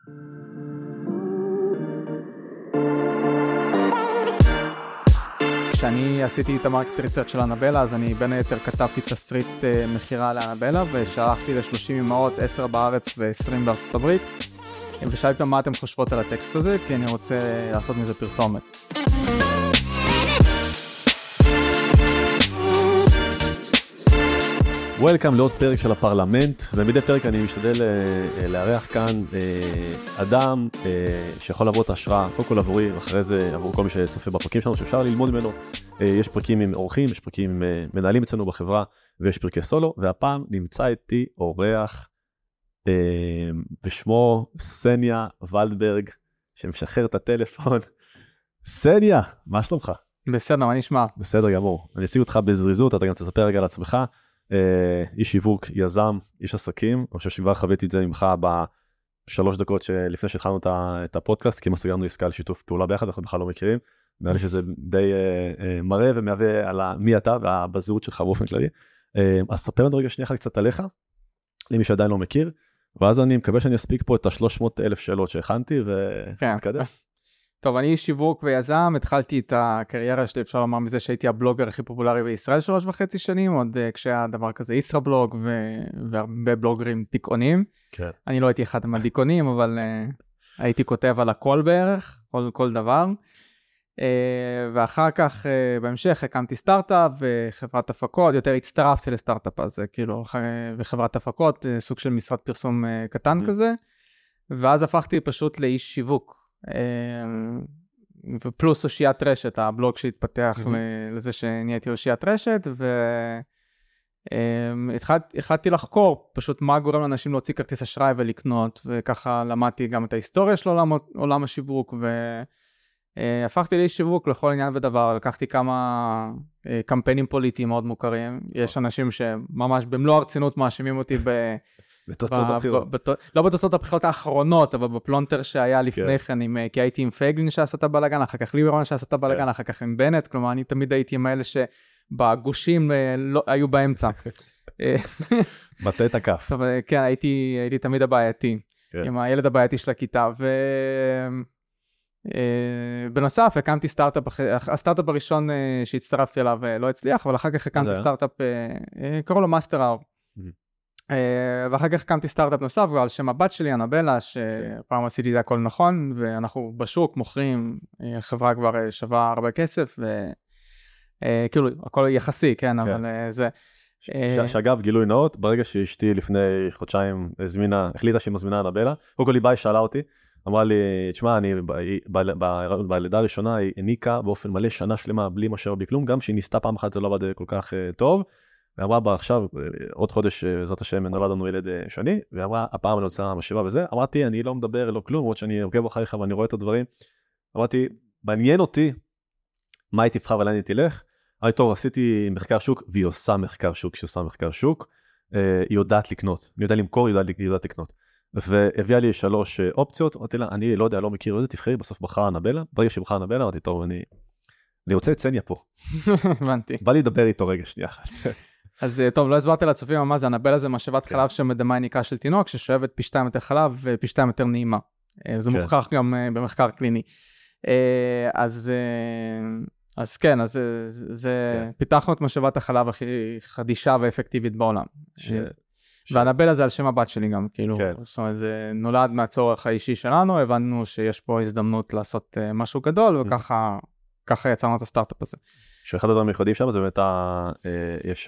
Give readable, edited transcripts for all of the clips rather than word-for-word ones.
כשאני עשיתי את המרקט ריסרצ' של אנבלה, אז אני בין היתר כתבתי תסריט מחירה לאנבלה, ושלחתי ל-30 אמהות, 10 בארץ ו-20 בארצות הברית, ושאלתי מה אתם חושבות על הטקסט הזה, כי אני רוצה לעשות מזה פרסומת. וולקאם לעוד פרק של הפרלמנט, ומדי פרק אני משתדל לארח כאן אדם שיכול לעבור את ההשראה, קודם כל עבורי, ואחרי זה עבור כל מי שצופה בפרקים שלנו, שאפשר ללמוד ממנו. יש פרקים עם אורחים, יש פרקים עם מנהלים אצלנו בחברה, ויש פרקי סולו, והפעם נמצא איתי אורח, ושמו סניה ולדברג, שמשחרר את הטלפון. סניה, מה שלומך? בסדר, מה נשמע? בסדר גמור. אני אציג אותך בזריזות, אתה גם תספר רגע על עצמך. איש שיווק, יזם, איש עסקים. אני חושב שכבר חוויתי את זה ממך בשלוש דקות לפני שהתחלנו את הפודקאסט, כי מה סגרנו עסקה לשיתוף פעולה ביחד, אנחנו בכלל לא מכירים. נראה לי שזה די מראה ומהווה על מי אתה ובזהות שלך באופן כללי. אז ספר לנו רגע שנייה קצת עליך, למי שעדיין לא מכיר, ואז אני מקווה שאני אספיק פה את 300,000 שאלות שהכנתי ונתקדם. טוב, אני איש שיווק ויזם, התחלתי את הקריירה שלי, אפשר לומר מזה שהייתי הבלוגר הכי פופולרי בישראל 3.5 שנים, עוד כשהיה דבר כזה ישראבלוג והרבה בלוגרים דיכאונים. כן. אני לא הייתי אחד מהדיכאונים, אבל הייתי כותב על הכל בערך, כל דבר. ואחר כך בהמשך הקמתי סטארט-אפ וחברת הפקות, יותר הצטרפתי לסטארט-אפ הזה, כאילו, וחברת הפקות, סוג של משרד פרסום קטן כזה, ואז הפכתי פשוט לאיש שיווק. ופלוס אושיית רשת, הבלוג שהתפתח לזה שנהייתי אושיית רשת, והתחלתי לחקור פשוט מה גורם לאנשים להוציא כרטיס אשראי ולקנות, וככה למדתי גם את ההיסטוריה של עולם השיווק, והפכתי לאיש שיווק לכל עניין ודבר, לקחתי כמה קמפיינים פוליטיים מאוד מוכרים, יש אנשים שממש במלוא הרצינות מאשימים אותי בתוצאות הבחירות. לא בתוצאות הבחירות האחרונות, אבל בפלונטר שהיה לפני כן, כי הייתי עם פייגלין שעשה את הבלגן, אחר כך ליברמן שעשה את הבלגן, אחר כך עם בנט, כלומר אני תמיד הייתי עם האלה שבגושים היו באמצע. מטה את הכף. כן, הייתי תמיד הבעייתי, עם הילד הבעייתי של הכיתה, בנוסף, הקמתי סטארט-אפ, הסטארט-אפ הראשון שהצטרפתי אליו לא הצליח, אבל אחר כך הקמתי סטארט-אפ, קראו לו מאסטר-אור. ואחר כך הקמתי סטארט-אפ נוסף, על שם הבת שלי, אנבלה, שפעם עשיתי את הכל נכון, ואנחנו בשוק מוכרים, חברה כבר שווה הרבה כסף, וכאילו, הכל יחסי, כן, אבל זה... שאגב, גילוי נאות, ברגע שאשתי לפני חודשיים החליטה שהיא מזמינה אנבלה, קודם כל היא באה, היא שאלה אותי, אמרה לי, תשמע, אני בלידה הראשונה, היא הניקה באופן מלא שנה שלמה, בלי משהו, בלי כלום, גם שהיא ניסתה פעם אחת, זה לא עבד כל כך טוב, ואמרה בה עכשיו, עוד חודש, זאת השם, נולד לנו ילד שני, ואמרה, הפעם אני רוצה משאבה וזה, אמרתי, אני לא מדבר, לא כלום, עוד שאני עוקב אחריך ואני רואה את הדברים, אמרתי, מעניין אותי, מה היא תבחר ולאן היא תלך, אמרתי, טוב, עשיתי מחקר שוק, והיא עושה מחקר שוק, כשהיא עושה מחקר שוק, היא יודעת לקנות, היא יודעת למכור, היא יודעת לקנות, והביאה לי 3 אופציות, אמרתי לה, אני לא יודע, לא מכיר, איזה תבחרי, בסוף בחרה אנבלה, ברגע שבחרה אנבלה, אמרתי, טוב, אני רוצה את סניה פה. הבנתי. בא לי לדבר איתו רגע שנייה אחת. אז טוב, לא הסברתי לצופים מה זה, אנבלה זה משאבת חלב שמדמה יניקה של תינוק, ששואבת פי 2 יותר חלב ופי 2 יותר נעימה. זה מוכח גם במחקר קליני. אז כן, פיתחנו את משאבת החלב הכי חדישה ואפקטיבית בעולם. ואנבלה זה על שם הבת שלי גם, כאילו, זאת אומרת, זה נולד מהצורך האישי שלנו, הבנו שיש פה הזדמנות לעשות משהו גדול, וככה יצרנו את הסטארט-אפ הזה. שאחד הדברים מיוחדים שם, זה באמת יש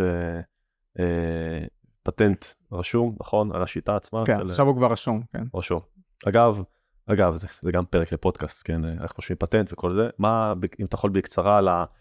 פטנט רשום, נכון, על השיטה עצמה. כן, עכשיו הוא כבר רשום, כן. רשום. אגב, זה גם פרק לפודקאסט, כן, איך חושבים פטנט וכל זה, אם אתה יכול בקצרה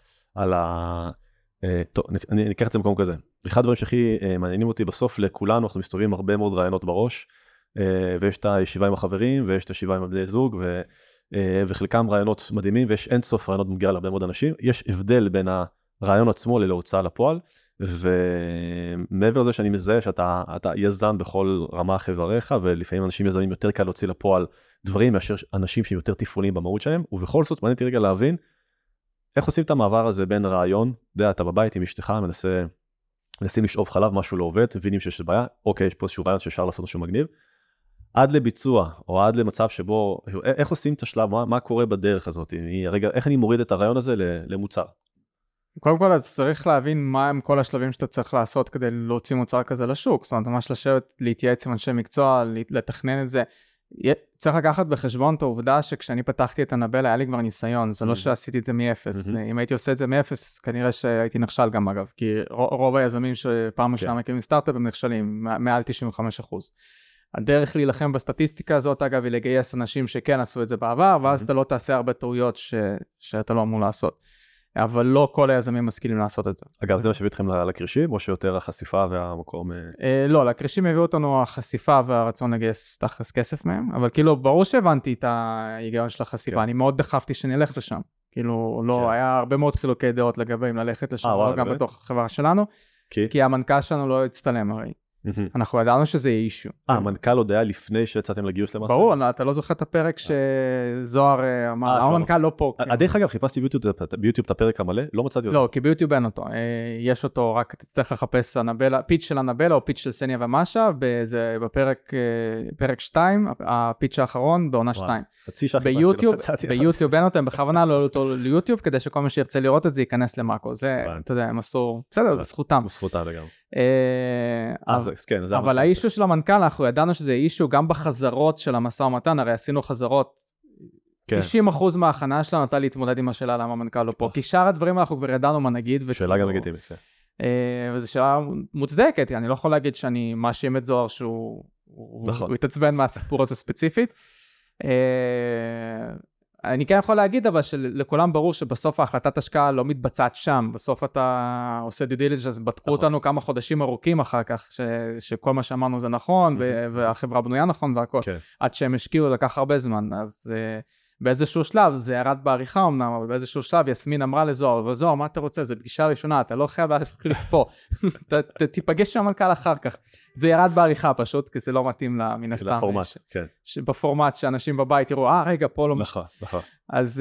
טוב, אני אקח את זה במקום כזה. אחד הדברים שהכי מעניינים אותי בסוף לכולנו, אנחנו מסתובבים הרבה מאוד רעיונות בראש, ויש את הישיבה עם החברים, ויש את הישיבה עם הבני זוג, וחלקם רעיונות מדהימים, ויש אין סוף רעיונות מגיע להרבה מאוד אנשים. יש הבדל בין הרעיון עצמו להוצאה לפועל, ומעבר לזה שאני מזהה שאתה יזם בכל רמה חבריך, ולפעמים אנשים יזמים יותר קל להוציא לפועל דברים, מאשר אנשים שהם יותר תפעוליים במהות שלהם, ובכל זאת מעניין אותי רגע להבין, איך עושים את המעבר הזה בין רעיון, אתה בבית עם אשתך, מנסים לשאוב חלב, משהו לא עובד, מבינים שיש בעיה, אוקיי, יש פה איזשהו רעיון שאפשר לעשות משהו מגניב, עד לביצוע, או עד למצב שבו, איך עושים את השלב, מה קורה בדרך הזאת? רגע, איך אני מוריד את הרעיון הזה למוצר? קודם כל, אתה צריך להבין מה הם כל השלבים שאתה צריך לעשות כדי להוציא מוצר כזה לשוק. זאת אומרת, ממש לשבת, להתייעץ עם אנשי מקצוע, לתכנן את זה. צריך לקחת בחשבון את העובדה שכשאני פתחתי את אנבלה, היה לי כבר ניסיון. זה לא שעשיתי את זה מאפס. אם הייתי עושה את זה מאפס, כנראה שהייתי נכשל גם, אגב. כי רוב היזמים שפעם ראשונה מקימים סטארט-אפ הם נכשלים, מעל 95%. הדרך להילחם בסטטיסטיקה הזאת, אגב, היא לגייס אנשים שכן עשו את זה בעבר, ואז אתה לא תעשה הרבה טעויות שאתה לא אמור לעשות. אבל לא כל היזמים משכילים לעשות את זה. אגב, זה מה שהביא אתכם לקרישים, או שיותר החשיפה והמקום? לא, לקרישים הביאו אותנו החשיפה והרצון לגייס תכלס כסף מהם, אבל כאילו, ברור שהבנתי את ההיגיון של החשיפה, אני מאוד דחפתי שנלך לשם. כאילו, לא, היה הרבה מאוד חילוקי דעות לגבי אם ללכת לשם, לא גם בתוך החברה שלנו, כי המנכ"ל שלנו לא הצטלם הרי. אנחנו ידענו שזה יהיה אישו. המנכ"ל עוד היה לפני שיצאתם לגיוס למעשה? ברור, אתה לא זוכר את הפרק שזוהר אמר, המנכ"ל לא פה. דרך אגב, חיפשתי ביוטיוב את הפרק המלא, לא מצאתי אותו. לא, כי ביוטיוב אין אותו. יש אותו, רק תצטרך לחפש פיץ' של אנבלה או פיץ' של סניה ומשה, בפרק 2, הפיץ' האחרון בעונה 2. חצי שעה חיפשתי, לא מצאתי. ביוטיוב אין אותו, הם בכוונה לא עלו אותו ליוטיוב, כדי שכל מי שירצה לראות את זה ייכנס למאקו. זה, אתה יודע, הם עשו, בסדר, זה זכותם. זכותם לגמרי. אבל האישו של המנכ"ל, אנחנו ידענו שזה אישו גם בחזרות של המשא ומתן, הרי עשינו חזרות, 90% מההכנה שלנו נתן להתמודד עם השאלה למה המנכ"ל לא פה, כי שאר הדברים אנחנו כבר ידענו מה נגיד. שאלה גם לגיטימית. וזו שאלה מוצדקת, אני לא יכול להגיד שאני מאשים את זוהר שהוא התעצבן מהסיפור הזה ספציפית. אני כן יכול להגיד אבל שלכולם ברור שבסוף ההחלטת השקעה לא מתבצעת שם, בסוף אתה עושה due diligence, בדקו אותנו כמה חודשים ארוכים אחר כך, שכל מה שאמרנו זה נכון, והחברה בנויה נכון והכל, עד שהם השקיעו לקח הרבה זמן, אז באיזשהו שלב, זה ירד בעריכה אמנם, אבל באיזשהו שלב יסמין אמרה לזוהר, וזוהר, מה אתה רוצה? זה פגישה ראשונה, אתה לא חייב להחליף פה, תיפגש שם המנכ"ל אחר כך. זה ירד בעריכה פשוט, כי זה לא מתאים לה מן הסתם. לפורמט, כן. בפורמט שאנשים בבית יראו, רגע, פה לא... נכון, נכון. אז,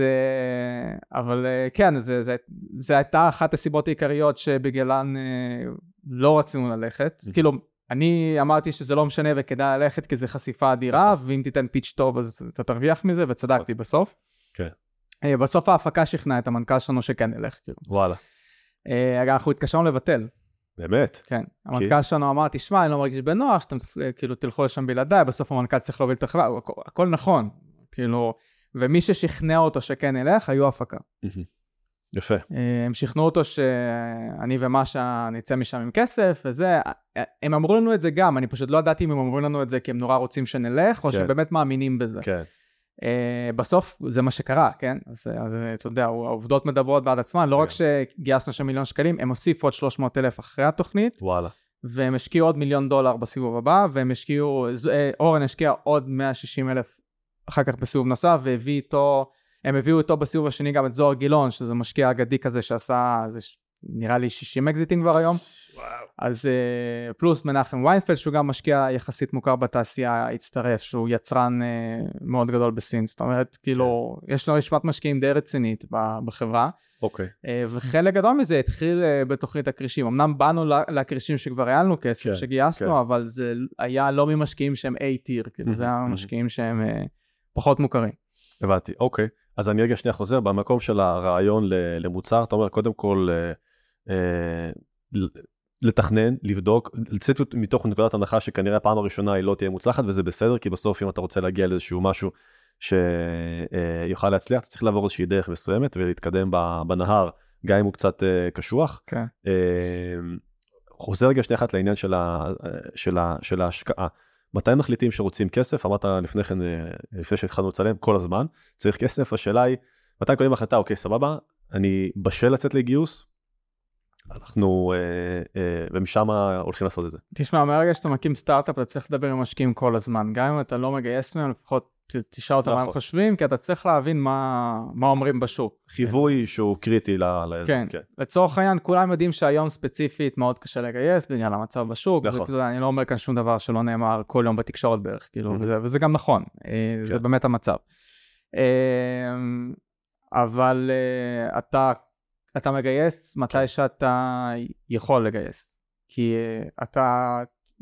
אבל כן, זה הייתה אחת הסיבות העיקריות שבגללן לא רצינו ללכת. כאילו, אני אמרתי שזה לא משנה וכדאי ללכת, כי זה חשיפה אדירה, ואם תיתן פיץ' טוב, אז אתה תרוויח מזה, וצדקתי בסוף. כן. בסוף ההפקה שכנעה את המנכ"ל שלנו שכן נלך, כאילו. וואלה. אנחנו התקשרנו לבטל. באמת? כן. המנכ"ל שלנו אמר, תשמע, אני לא מרגיש בנוח, שאתם כאילו תלכו לשם בלעדיי, בסוף המנכ"ל צריך להוביל את החברה, הכל נכון. כאילו, ומי ששכנע אותו שכן נלך, היו הפקה. יפה. הם שכנעו אותו שאני ומשה נצא משם עם כסף, וזה, הם אמרו לנו את זה גם, אני פשוט לא ידעתי אם הם אמרו לנו את זה כי הם נורא רוצים שנלך, או שבאמת מאמינים בזה. כן. בסוף זה מה שקרה, כן? אז אתה יודע, העובדות מדברות בעד עצמן, לא רק שגייסנו שם מיליון שקלים, הם הוסיפו עוד 300,000 אחרי התוכנית, וואלה. והם השקיעו עוד $1,000,000 בסיבוב הבא, והם השקיעו, אורן השקיע עוד 160,000 אחר כך בסיבוב נוסף, הם הביאו איתו בסיבוב השני גם את זוהר גילון, שזה משקיע אגדי כזה שעשה, נראה לי 60 אקזיטים כבר היום. אז פלוס מנחם ויינפלד, שהוא גם משקיע יחסית מוכר בתעשייה, הצטרף, שהוא יצרן מאוד גדול בסין. זאת אומרת, כאילו, יש לו רשימת משקיעים די רצינית בחברה. אוקיי. וחלק גדול מזה התחיל בתוכנית הקרישים. אמנם באנו לקרישים שכבר היה לנו כסף שגייסנו, אבל זה היה לא ממשקיעים שהם A-Tier, כאילו, זה היה משקיעים שהם פחות מוכרים. הבנתי, אוקיי. אז אני רגע שנייה חוזר, במקום של הרעיון למוצר, אתה אומר, קודם כל, לתכנן, לבדוק, לצאת מתוך נקודת הנחה שכנראה הפעם הראשונה היא לא תהיה מוצלחת, וזה בסדר, כי בסוף אם אתה רוצה להגיע לאיזשהו משהו שיוכל להצליח, אתה צריך לעבור איזושהי דרך מסוימת, ולהתקדם בנהר, גם אם הוא קצת קשוח. כן. חוזר רגע שנייה אחת לעניין של ההשקעה. מתי מחליטים שרוצים כסף? אמרת לפני כן, לפני שהתחלנו לצלם, כל הזמן, צריך כסף, השאלה היא, מתי קוראים החלטה, אוקיי, סבבה, אני בשל לצאת לגיוס, אנחנו, ומשם הולכים לעשות את זה. תשמע, מהרגע שאתה מקים סטארט-אפ, אתה צריך לדבר עם משקיעים כל הזמן, גם אם אתה לא מגייס מהם, לפחות תשאל אותם מה הם חושבים, כי אתה צריך להבין מה אומרים בשוק. חיווי שהוא קריטי לאזור. כן, לצורך העניין, כולם יודעים שהיום ספציפית מאוד קשה לגייס, בגלל המצב בשוק, אני לא אומר כאן שום דבר שלא נאמר כל יום בתקשורת בערך, וזה גם נכון, זה באמת המצב. אבל אתה מגייס מתי שאתה יכול לגייס, כי אתה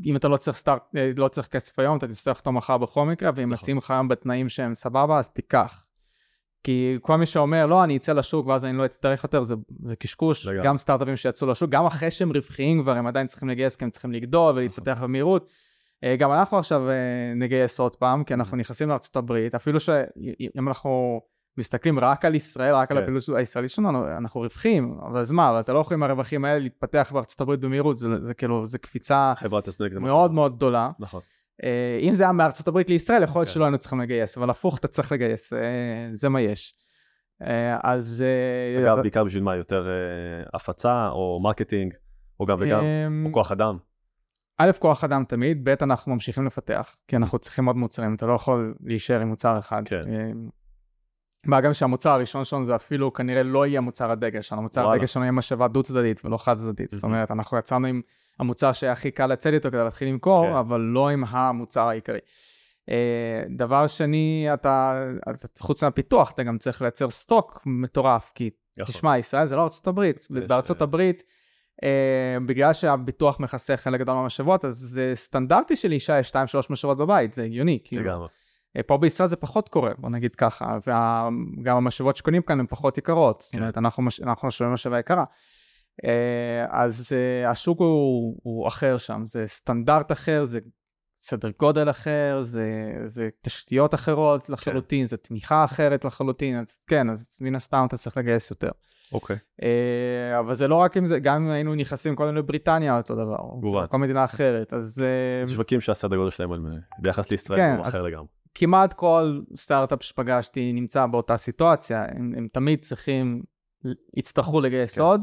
אם אתה לא צריך כסף היום, אתה תצטרך אותו מחר בכל מקרה, ואם מציעים לך היום בתנאים שהם סבבה, אז תיקח. כי כל מי שאומר, לא, אני אצא לשוק, ואז אני לא אצטרך יותר, זה קשקוש. גם סטארט-אפים שיצאו לשוק, גם אחרי שהם רווחיים כבר, הם עדיין צריכים לגייס, כי הם צריכים לגדול ולהתפתח במהירות. גם אנחנו עכשיו נגייס עוד פעם, כי אנחנו נכנסים לארצות הברית, אפילו שאם אנחנו מסתכלים רק על ישראל, רק על הפעילות הישראלית שלנו, אנחנו רווחים, אבל אז מה, אתה לא יכול עם הרווחים האלה להתפתח בארצות הברית במהירות, זה כאילו, זה קפיצה מאוד מאוד גדולה. נכון. אם זה היה מארצות הברית לישראל, יכול להיות שלא היינו צריכים לגייס, אבל הפוך, אתה צריך לגייס, זה מה יש. אז... אגב, בעיקר בשביל מה, יותר הפצה, או מרקטינג, או גם וגם, או כוח אדם? א', כוח אדם תמיד, ב', אנחנו ממשיכים לפתח, כי אנחנו צריכים עוד מוצרים, אתה לא יכול להישאר עם מוצר אחד. מה גם שהמוצר הראשון שלנו זה אפילו כנראה לא יהיה מוצר הדגל שלנו, המוצר הדגל שלנו יהיה משאבה דו צדדית ולא חד צדדית, זאת אומרת, אנחנו יצאנו עם המוצר שהיה הכי קל לצאת איתו כדי להתחיל למכור, אבל לא עם המוצר העיקרי. דבר שני, חוץ מהפיתוח, אתה גם צריך לייצר סטוק מטורף, כי תשמע, ישראל זה לא ארצות הברית, בארצות הברית, בגלל שהביטוח מכסה חלק גדול מהמשאבות, אז זה סטנדרטי של אישה, יש 2-3 משאבות בבית, זה הגיוני. פה בישראל זה פחות קורה, בוא נגיד ככה, וגם המשאבות שקונים כאן הן פחות יקרות, זאת אומרת, אנחנו שומעים משאבה יקרה. אז השוק הוא אחר שם, זה סטנדרט אחר, זה סדר גודל אחר, זה תשתיות אחרות לחלוטין, זה תמיכה אחרת לחלוטין, אז כן, אז מן הסתם אתה צריך לגייס יותר. אוקיי. אבל זה לא רק אם זה, גם אם היינו נכנסים קודם לבריטניה אותו דבר, או כל מדינה אחרת, אז... זה שווקים שהסדר גודל שלהם ביחס לישראל הוא אחר לגמרי. כמעט כל סטארט-אפ שפגשתי נמצא באותה סיטואציה, הם תמיד יצטרכו לגייס עוד,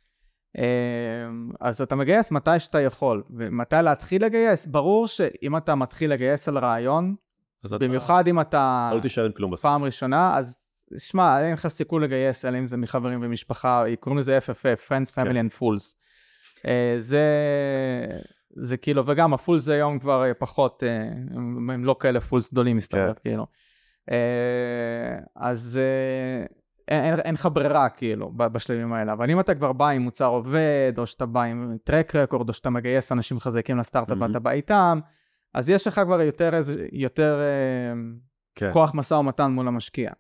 אז אתה מגייס מתי שאתה יכול, ומתי להתחיל לגייס, ברור שאם אתה מתחיל לגייס על רעיון, במיוחד אם אתה פעם ראשונה, אז שמע, אין לך סיכוי לגייס, אלא אם זה מחברים ומשפחה, קוראים לזה FFF, Friends, Family and Fools. זה כאילו, וגם הפולס זה היום כבר פחות, הם לא כאלה פולס גדולים מסתבר, כאילו. אז אין לך ברירה, כאילו, בשלבים האלה. אבל אם אתה כבר בא עם מוצר עובד, או שאתה בא עם טרק רקורד, או שאתה מגייס אנשים חזקים לסטארט-אפ, ואתה בא איתם, אז יש לך כבר יותר כוח משא ומתן מול המשקיע.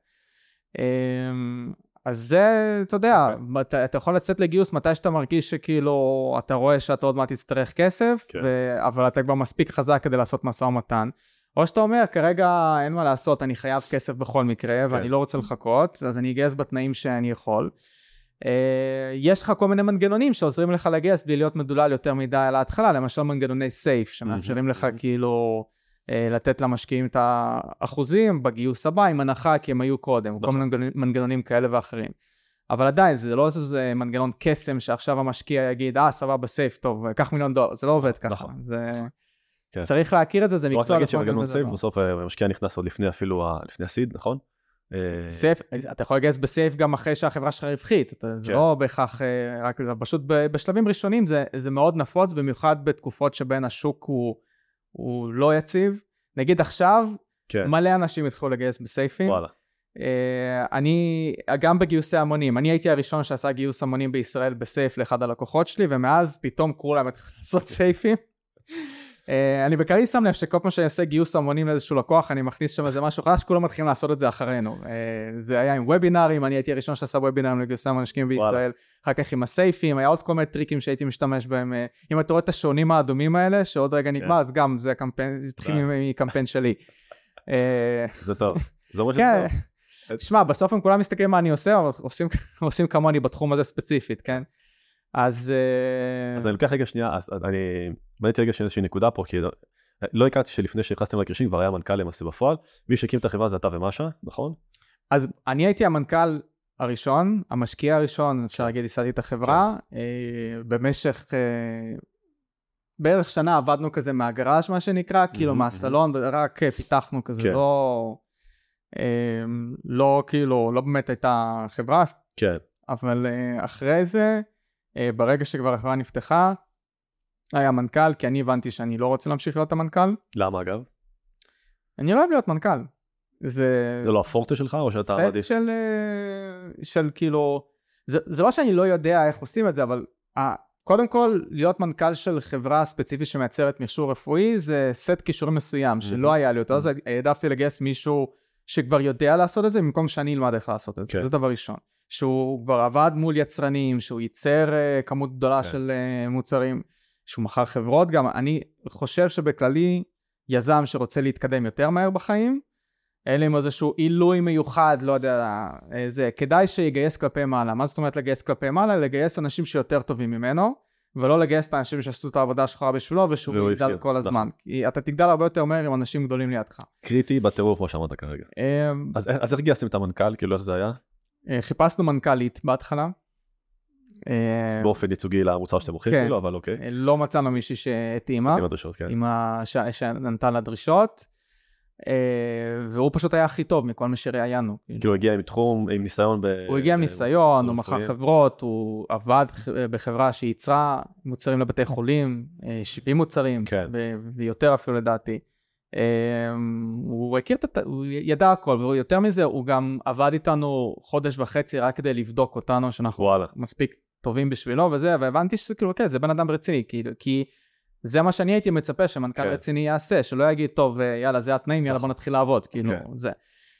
אז זה, אתה יודע, אתה יכול לצאת לגיוס מתי שאתה מרגיש שכאילו, אתה רואה שאתה עוד מעט תצטרך כסף, אבל אתה כבר מספיק חזק כדי לעשות משא ומתן. או שאתה אומר, כרגע אין מה לעשות, אני חייב כסף בכל מקרה, ואני לא רוצה לחכות, אז אני אגייס בתנאים שאני יכול. יש לך כל מיני מנגנונים שעוזרים לך לגייס בלי להיות מדולל יותר מדי על ההתחלה, למשל מנגנוני סייף, שמאפשרים לך כאילו לתת למשקיעים את האחוזים בגיוס הבא, עם הנחה כי הם היו קודם, כל מיני מנגנונים כאלה ואחרים. אבל עדיין, זה לא איזה מנגנון קסם שעכשיו המשקיע יגיד, סבבה, סייף, טוב, קח $1,000,000, זה לא עובד ככה. צריך להכיר את זה, זה מקצוע. רק להגיד שמנגנון סייף, בסוף המשקיע נכנס עוד לפני אפילו, לפני הסיד, נכון? סייף, אתה יכול לגייס בסייף גם אחרי שהחברה שלך רווחית, זה לא בהכרח רק לזה, פשוט בשלבים ראשונים זה מאוד נפוץ, במיוחד בתקופות שבין השוק הוא לא יציב. נגיד עכשיו, מלא אנשים התחילו לגייס בסייפים. וואלה. אני, גם בגיוסי המונים, אני הייתי הראשון שעשה גיוס המונים בישראל בסייף לאחד הלקוחות שלי, ומאז פתאום קראו להם לעשות סייפים. אני בכלל שם לב שכל פעם שאני עושה גיוס המונים לאיזשהו לקוח, אני מכניס שם איזה משהו חדש, כולם מתחילים לעשות את זה אחרינו. זה היה עם וובינרים, אני הייתי הראשון שעשה וובינרים לגיוסי המשקיעים בישראל, אחר כך עם הסייפים, היה עוד כל מיני טריקים שהייתי משתמש בהם. אם אתה רואה את השעונים האדומים האלה, שעוד רגע נגמר, אז גם זה קמפיין, התחיל מקמפיין שלי. זה טוב, זה אומר שזה טוב. תשמע, בסוף הם כולם מסתכלים מה אני עושה, אבל עושים כמוני בתחום הזה ספציפית, כן? אז אני לוקח רגע שנייה, אז אני בניתי רגע איזושהי נקודה פה, כי לא הכרתי שלפני שהכנסתם לקרשים כבר היה מנכ"ל למעשה בפועל, מי שהקים את החברה זה אתה ומשה, נכון? אז אני הייתי המנכ"ל הראשון, המשקיע הראשון, אפשר להגיד, ייסדתי את החברה, במשך בערך שנה עבדנו כזה מהגראז' מה שנקרא, כאילו מהסלון, רק פיתחנו כזה, לא כאילו, לא באמת הייתה חברה, אבל אחרי זה, ברגע שכבר החברה נפתחה, היה מנכ"ל, כי אני הבנתי שאני לא רוצה להמשיך להיות המנכ"ל. למה אגב? אני לא אוהב להיות מנכ"ל. זה לא הפורטה שלך או שאתה עדיף? של כאילו, זה לא שאני לא יודע איך עושים את זה, אבל קודם כל, להיות מנכ"ל של חברה ספציפית שמייצרת מכשור רפואי, זה סט קישורים מסוים, שלא היה לי אותו, אז העדפתי לגייס מישהו שכבר יודע לעשות את זה, במקום שאני אלמד איך לעשות את זה. זה דבר ראשון. שהוא כבר עבד מול יצרנים, שהוא ייצר כמות גדולה של מוצרים, שהוא מכר חברות גם. אני חושב שבכללי, יזם שרוצה להתקדם יותר מהר בחיים, אין להם איזשהו עילוי מיוחד, לא יודע, כדאי שיגייס כלפי מעלה. מה זאת אומרת לגייס כלפי מעלה? לגייס אנשים שיותר טובים ממנו, ולא לגייס את האנשים שעשו את העבודה שלך בשבילו, ושהוא יגדל כל הזמן. כי אתה תגדל הרבה יותר מהר עם אנשים גדולים לידך. קריטי בטירוף, כמו שאמרת כרגע. אז איך גייסתם את המנכ"ל? כאילו איך זה היה? חיפשנו מנכ"לית בהתחלה. באופן ייצוגי למוצר שאתם הולכים, כאילו, אבל אוקיי. לא מצאנו מישהי שהתאימה. שנתן לדרישות. והוא פשוט היה הכי טוב מכל מה שראיינו. כאילו הגיע עם תחום, עם ניסיון. הוא הגיע עם ניסיון, הוא מכר חברות, הוא עבד בחברה שייצרה מוצרים לבתי חולים, 70 מוצרים, ויותר אפילו לדעתי. הוא ידע הכל, ויותר מזה הוא גם עבד איתנו חודש וחצי רק כדי לבדוק אותנו, שאנחנו מספיק טובים בשבילו וזה, והבנתי שזה כאילו, אוקיי, זה בן אדם רציני, כי זה מה שאני הייתי מצפה שמנכ"ל רציני יעשה, שלא יגיד, טוב, יאללה, זה התנאים, יאללה, בוא נתחיל לעבוד, כאילו, זה.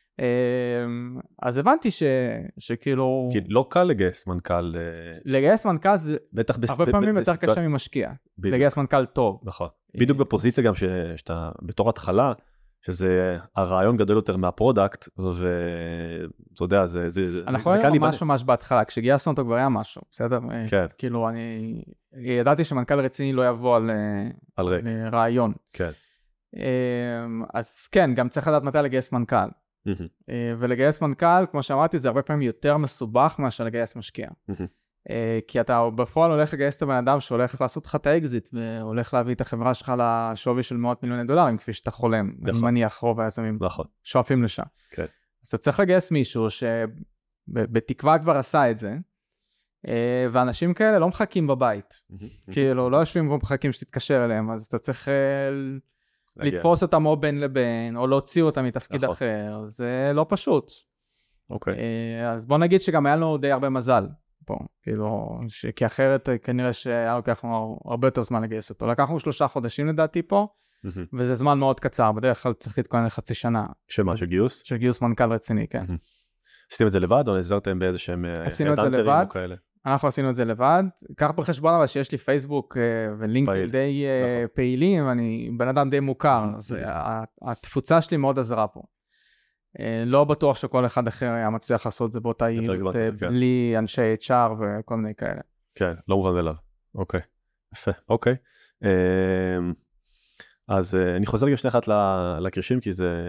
אז הבנתי שכאילו... כי לא קל לגייס מנכ"ל... לגייס מנכ"ל זה הרבה פעמים יותר קשה ממשקיע. לגייס מנכ"ל טוב. נכון. בדיוק בפוזיציה גם שאתה בתור התחלה, שזה הרעיון גדול יותר מהפרודקט, ואתה יודע, זה אנחנו היינו ממש בהתחלה, כשגייסנו אותו כבר היה משהו, בסדר? כן. כאילו, אני ידעתי שמנכ"ל רציני לא יבוא על רעיון. כן. אז כן, גם צריך לדעת מתי לגייס מנכ"ל. ולגייס מנכ"ל, כמו שאמרתי, זה הרבה פעמים יותר מסובך מאשר לגייס משקיע. כי אתה בפועל הולך לגייס את הבן אדם שהולך לעשות לך את האקזיט, והולך להביא את החברה שלך לשווי של $100 מיליון, כפי שאתה חולם. אני מניח רוב היזמים שואפים לשם. אז אתה צריך לגייס מישהו שבתקווה כבר עשה את זה, ואנשים כאלה לא מחכים בבית. כאילו, לא יושבים ומחכים שתתקשר אליהם, אז אתה צריך לתפוס אותם או בין לבין, או להוציא אותם מתפקיד אחר. זה לא פשוט. אז בוא נגיד שגם היה לנו די הרבה מזל. פה, כאילו, כי אחרת כנראה שהיה לוקח לנו הרבה יותר זמן לגייס אותו. לקחנו 3 חודשים לדעתי פה, וזה זמן מאוד קצר, בדרך כלל צריך להתכונן לחצי שנה. שמה, של גיוס? של גיוס מנכ"ל רציני, כן. עשיתם את זה לבד, או נעזרתם באיזה שהם עשינו את זה לבד, אנחנו עשינו את זה לבד. קח בחשבון אבל שיש לי פייסבוק ולינקדאין די פעילים, אני בן אדם די מוכר, אז התפוצה שלי מאוד עזרה פה. לא בטוח שכל אחד אחר היה מצליח לעשות את זה באותה יעילות, בלי אנשי HR וכל מיני כאלה. כן, לא מובן מאליו. אוקיי, יפה, אוקיי. אז אני חוזר רגע שנייה אחת לקרשים, כי זה,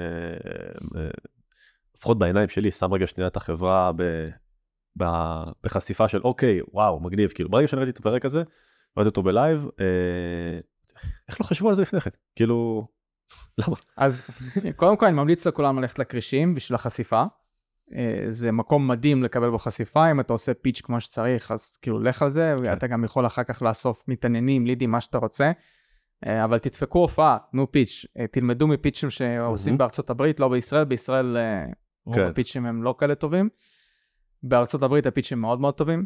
לפחות בעיניים שלי, שם רגע שנייה את החברה בחשיפה של, אוקיי, וואו, מגניב, כאילו, ברגע שאני ראיתי את הפרק הזה, ראיתי אותו בלייב, איך לא חשבו על זה לפני כן? כאילו... למה? אז קודם כל אני ממליץ לכולם ללכת לקרישים בשביל החשיפה. זה מקום מדהים לקבל בו חשיפה, אם אתה עושה פיץ' כמו שצריך, אז כאילו לך על זה, ואתה גם יכול אחר כך לאסוף מתעניינים, לידים, מה שאתה רוצה. אבל תדפקו הופעה, תנו פיץ', תלמדו מפיצ'ים שעושים בארצות הברית, לא בישראל, בישראל רוב הפיצ'ים הם לא כאלה טובים. בארצות הברית הפיצ'ים מאוד מאוד טובים.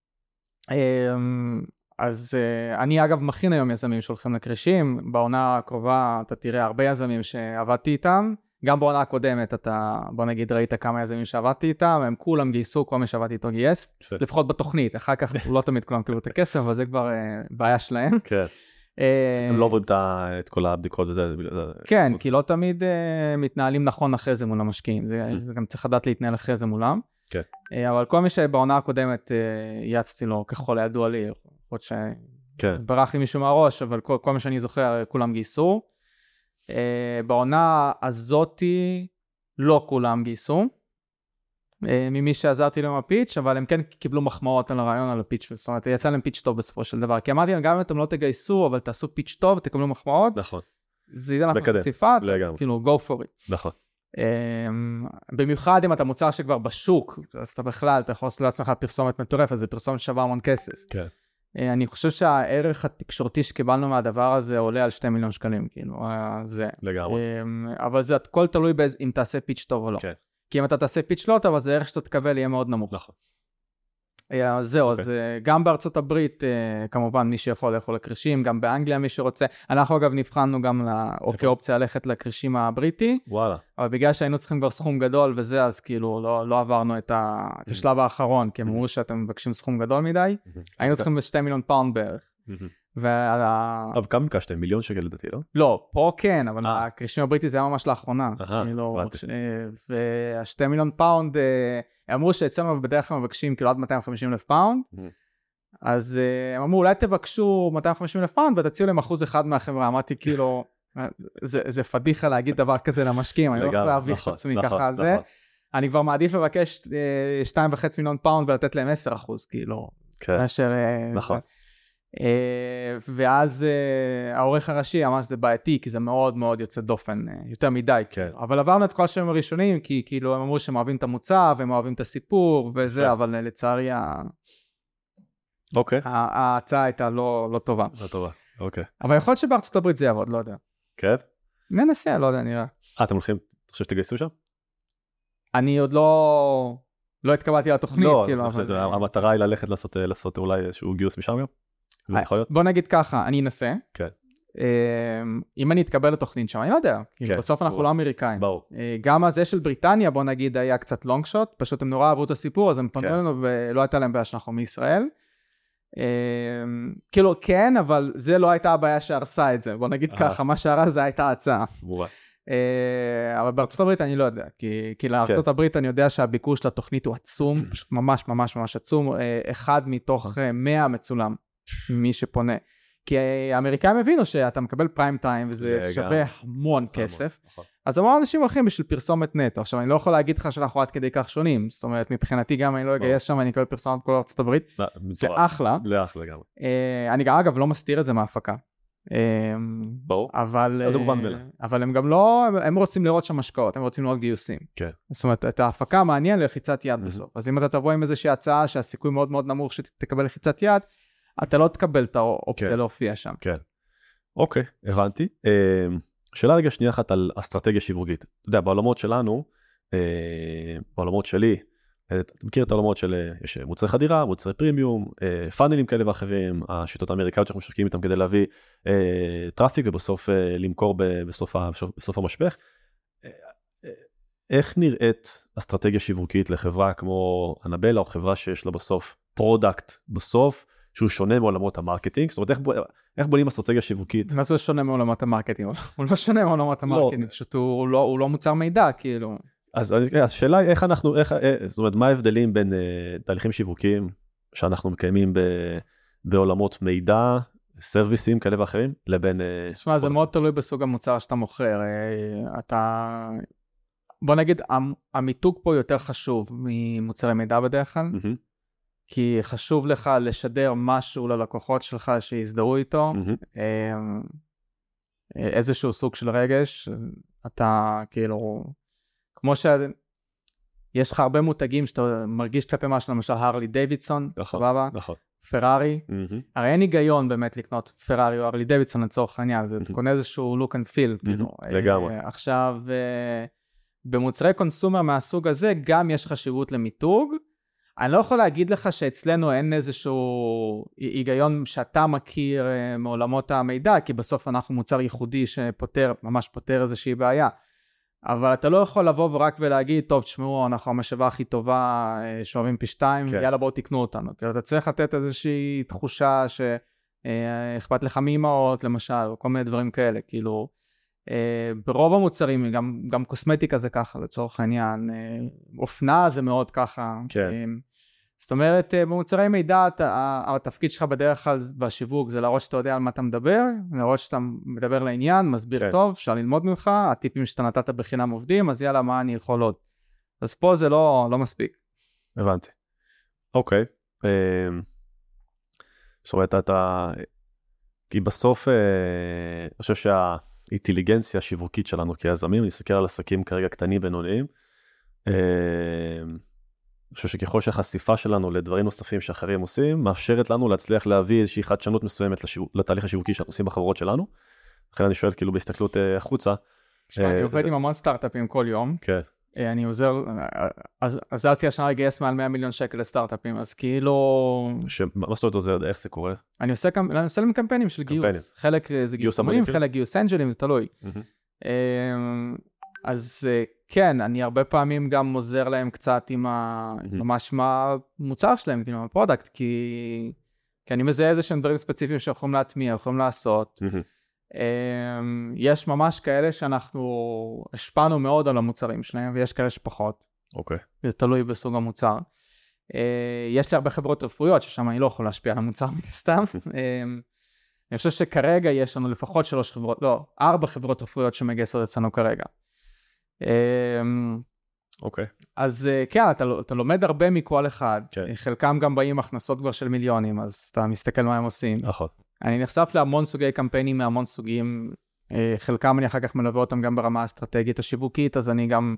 אז אני אגב מכין היום יזמים שהולכים לקרישים, בעונה הקרובה אתה תראה הרבה יזמים שעבדתי איתם, גם בעונה הקודמת אתה, בוא נגיד, ראית כמה יזמים שעבדתי איתם, הם כולם גייסו, כל מי שעבדתי איתו גייס, לפחות בתוכנית, אחר כך לא תמיד כולם קיבלו את הכסף, אבל זה כבר בעיה שלהם. כן, הם לא עוברים את כל הבדיקות וזה. כן, כי לא תמיד מתנהלים נכון אחרי זה מול המשקיעים, זה גם צריך לדעת להתנהל אחרי זה מולם. כן. אבל כל מי שבעונה הקודמת יצאתי לו ככל הידוע לי, עוד שברח לי מישהו מהראש, אבל כל מה שאני זוכר, כולם גייסו. בעונה הזאתי, לא כולם גייסו, ממי שעזרתי להם הפיץ', אבל הם כן קיבלו מחמאות על הרעיון, על הפיץ', זאת אומרת, יצא להם פיץ' טוב בסופו של דבר, כי אמרתי להם, גם אם אתם לא תגייסו, אבל תעשו פיץ' טוב, תקבלו מחמאות, נכון. זה ייתן לך חשיפה, כאילו, go for it. נכון. במיוחד אם אתה מוצר שכבר בשוק, אז אתה בכלל, אתה יכול לעשות לעצמך פרסומת מטורפת, זה פרסומת שווה המון כסף. כן. אני חושב שהערך התקשורתי שקיבלנו מהדבר הזה עולה על 2 מיליון שקלים, כאילו, זה. לגמרי. אבל זה הכל תלוי אם תעשה פיץ' טוב או לא. כן. כי אם אתה תעשה פיץ' לא טוב, אז הערך שאתה תקבל יהיה מאוד נמוך. נכון. זהו, אז גם בארצות הברית, כמובן מי שיכול לאכול לקרישים, גם באנגליה מי שרוצה. אנחנו אגב נבחנו גם כאופציה ללכת לקרישים הבריטי. וואלה. אבל בגלל שהיינו צריכים כבר סכום גדול וזה, אז כאילו לא עברנו את השלב האחרון, כי הם אמרו שאתם מבקשים סכום גדול מדי. היינו צריכים ב2 מיליון פאונד בערך. אבל כמה ביקשתם? 1 מיליון שקל לדעתי, לא? לא, פה כן, אבל הקרישים הבריטי זה היה ממש לאחרונה. וה2 מיליון פאונד, הם אמרו שאצלנו בדרך כלל מבקשים כאילו עד 250,000 פאונד, אז הם אמרו אולי תבקשו 250,000 פאונד ותציעו להם 1% מהחברה. אמרתי כאילו, זה פדיחה להגיד דבר כזה למשקיעים, אני לא יכול להביך את עצמי ככה על זה. אני כבר מעדיף לבקש 2.5 מיליון פאונד ולתת להם 10%, כאילו, מאשר... נכון. ואז העורך הראשי אמר שזה בעייתי, כי זה מאוד מאוד יוצא דופן, יותר מדי. אבל עברנו את כל השנים הראשונים, כי כאילו הם אמרו שהם אוהבים את המוצא, והם אוהבים את הסיפור, וזה, אבל לצערי ההצעה הייתה לא טובה. לא טובה, אוקיי. אבל יכול להיות שבארצות הברית זה יעבוד, לא יודע. כן? ננסה, לא יודע, נראה. אתם הולכים, אתה חושב שתגייסו שם? אני עוד לא התקבלתי לתוכנית. לא, המטרה היא ללכת לעשות אולי איזשהו גיוס משם גם? בוא נגיד ככה, אני אנסה. כן. אם אני אתקבל לתוכנית שם, אני לא יודע. בסוף אנחנו לא אמריקאים. גם הזה של בריטניה, בוא נגיד, היה קצת לונג שוט, פשוט הם נורא אהבו את הסיפור, אז הם פנו לנו ולא הייתה להם בעיה שאנחנו מישראל. כאילו כן, אבל זה לא הייתה הבעיה שהרסה את זה. בוא נגיד ככה, מה שהרס זה הייתה הצעה. אבל בארצות הברית אני לא יודע, כי לארצות הברית אני יודע שהביקוש לתוכנית הוא עצום, פשוט ממש ממש ממש עצום, אחד מתוך 100 מצולם, מי שפונה. כי האמריקאים הבינו שאתה מקבל פריים טיים, וזה שווה המון כסף, אז המון אנשים הולכים בשביל פרסומת נטו. עכשיו אני לא יכול להגיד לך שאנחנו עד כדי כך שונים, זאת אומרת מבחינתי גם אני לא אגייס שם, אני אקבל פרסומת כל ארצות הברית, זה אחלה. אני גם אגב לא מסתיר את זה מההפקה. אבל הם גם לא, הם רוצים לראות שם השקעות, הם רוצים לראות גיוסים. זאת אומרת, את ההפקה מעניין ללחיצת יד בסוף. אז אם אתה תבוא עם איזושהי הצעה שהסיכוי מאוד מאוד נמוך שתקבל לחיצת יד, אתה לא תקבל את האופציה להופיע שם. כן. אוקיי, הבנתי. שאלה רגע שנייה אחת על אסטרטגיה שיווקית. אתה יודע, בעולמות שלנו, בעולמות שלי, אתה מכיר את העולמות של, יש מוצרי חדירה, מוצרי פרימיום, פאנלים כאלה ואחרים, השיטות האמריקאיות שאנחנו משווקים איתם כדי להביא טראפיק ובסוף למכור בסוף המשפך. איך נראית אסטרטגיה שיווקית לחברה כמו אנבלה, או חברה שיש לה בסוף פרודקט בסוף, שהוא שונה מעולמות המרקטינג? זאת אומרת, איך בונים אסטרטגיה שיווקית? מה זה שונה מעולמות המרקטינג? הוא לא שונה מעולמות המרקטינג, פשוט הוא לא מוצר מידע, כאילו. אז השאלה היא זאת אומרת, מה ההבדלים בין תהליכים שיווקיים שאנחנו מקיימים בעולמות מידע, סרוויסים כאלה ואחרים, לבין... תשמע, זה מאוד תלוי בסוג המוצר שאתה מוכר. בוא נגיד, המיתוג פה יותר חשוב ממוצרי מידע בדרך כלל, כי חשוב לך לשדר משהו ללקוחות שלך שיזדהו איתו, איזשהו סוג של רגש, אתה כאילו... כמו שיש לך הרבה מותגים שאתה מרגיש כלפי משהו, למשל הרלי דיווידסון, סבבה? פרארי. הרי אין היגיון באמת לקנות פרארי או הרלי דיווידסון לצורך העניין, אתה קונה איזשהו look and feel. לגמרי. עכשיו, במוצרי קונסומר מהסוג הזה, גם יש חשיבות למיתוג. אני לא יכול להגיד לך שאצלנו אין איזשהו היגיון שאתה מכיר מעולמות המידע, כי בסוף אנחנו מוצר ייחודי ממש פותר איזושהי בעיה. אבל אתה לא יכול לבוא ורק ולהגיד, טוב, תשמעו, אנחנו המשאבה הכי טובה, שואבים פי 2, יאללה בואו תקנו אותנו. כי אתה צריך לתת איזושהי תחושה שאכפת לך מאמהות, למשל, או כל מיני דברים כאלה. כאילו, ברוב המוצרים, גם קוסמטיקה זה ככה, לצורך העניין, אופנה זה מאוד ככה. זאת אומרת, במוצרי מידע, התפקיד שלך בדרך כלל בשיווק, זה להראות שאתה יודע על מה אתה מדבר, להראות שאתה מדבר לעניין, מסביר טוב, אפשר ללמוד ממך, הטיפים שאתה נתת בחינם עובדים, אז יאללה, מה אני יכול עוד? אז פה זה לא מספיק. הבנתי. אוקיי. זאת אומרת, כי בסוף, אני חושב שהאינטליגנציה השיווקית שלנו כיזמים, נסתכל על עסקים כרגע קטנים בינוניים, אני חושב שככל שהחשיפה שלנו לדברים נוספים שאחרים עושים, מאפשרת לנו להצליח להביא איזושהי חדשנות מסוימת לתהליך השיווקי שאנחנו עושים בחברות שלנו. לכן אני שואל כאילו בהסתכלות החוצה. אני עובד עם המון סטארט-אפים כל יום. כן. אני עזרתי השנה לגייס מעל 100 מיליון שקל לסטארט-אפים, אז כאילו... מה זאת אומרת עוזר? איך זה קורה? אני עושה להם קמפיינים של גיוס. חלק זה גיוס המונים, חלק גיוס אנג'לים, זה תלוי. אז כן, אני הרבה פעמים גם עוזר להם קצת עם ממש מה המוצר שלהם, כאילו, הפרודקט, כי אני מזהה איזה שהם דברים ספציפיים שיכולים להטמיע, יכולים לעשות. יש ממש כאלה שאנחנו השפענו מאוד על המוצרים שלהם, ויש כאלה שפחות. אוקיי. זה תלוי בסוג המוצר. יש לי הרבה חברות רפואיות, ששם אני לא יכול להשפיע על המוצר מסתם. אני חושב שכרגע יש לנו לפחות 4 חברות רפואיות שמגייסות אצלנו כרגע. אוקיי. אז כן, אתה לומד הרבה מכל אחד. חלקם גם באים הכנסות כבר של מיליונים, אז אתה מסתכל מה הם עושים. נכון. אני נחשף להמון סוגי קמפיינים מהמון סוגים, חלקם אני אחר כך מלווה אותם גם ברמה האסטרטגית השיווקית, אז אני גם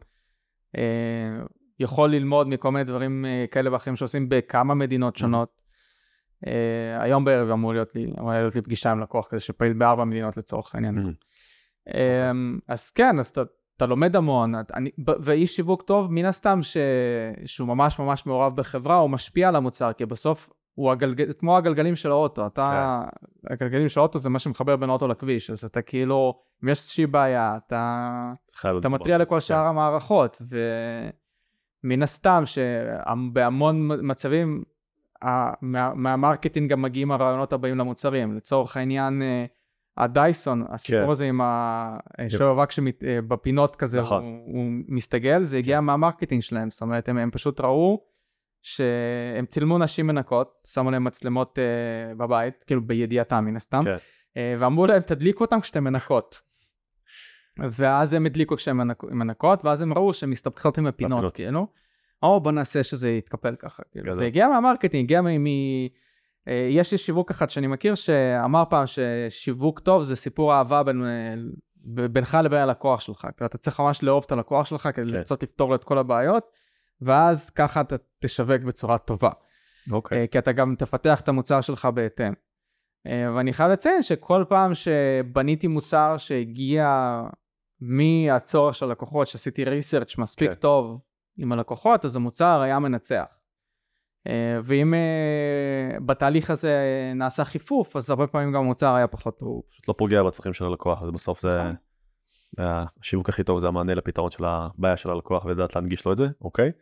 יכול ללמוד מכל מיני דברים כאלה ואחרים שעושים בכמה מדינות שונות. היום בערב אמור להיות לי פגישה עם לקוח כזה שפעיל ב4 מדינות לצורך העניין. אז כן, אז אתה לומד המון, ואיש שיווק טוב, מן הסתם שהוא ממש ממש מעורב בחברה, הוא משפיע על המוצר, כי בסוף הוא כמו הגלגלים של האוטו, הגלגלים של האוטו זה מה שמחבר בין האוטו לכביש, אז אתה כאילו, אם יש איזושהי בעיה, אתה מטריע לכל שאר המערכות, ומן הסתם שבהמון מצבים, מהמרקטינג גם מגיעים הרעיונות הבאים למוצרים, לצורך העניין, הדייסון, הסיפור הזה עם השובק שבפינות כזה הוא מסתגל, זה הגיע מהמרקטינג שלהם, זאת אומרת, הם פשוט ראו שהם צילמו נשים מנקות, שמו להם מצלמות בבית, כאילו בידיעתם מן הסתם, ואמרו להם, תדליקו אותם כשאתם מנקות. ואז הם הדליקו כשהם מנקות, ואז הם ראו שהם מסתבכות עם הפינות, כאילו, בוא נעשה שזה יתקפל ככה. זה הגיע מהמרקטינג, הגיע יש לי שיווק אחד שאני מכיר, שאמר פעם ששיווק טוב זה סיפור אהבה בינך לבין הלקוח שלך. אתה צריך ממש לאהוב את הלקוח שלך, כדי לרצות לפתור לו את כל הבעיות, ואז ככה אתה תשווק בצורה טובה. כי אתה גם תפתח את המוצר שלך בהתאם. ואני חייב לציין שכל פעם שבניתי מוצר שהגיע מהצורך של הלקוחות, שעשיתי ריסרצ' מספיק טוב עם הלקוחות, אז המוצר היה מנצח. ואם בתהליך הזה נעשה חיפוף, אז הרבה פעמים גם המוצר היה פחות טוב. פשוט לא פוגע בצרכים של הלקוח, אז בסוף זה השיווק הכי טוב, זה המענה לפתרון של הבעיה של הלקוח, ולדעת להנגיש לו את זה, אוקיי?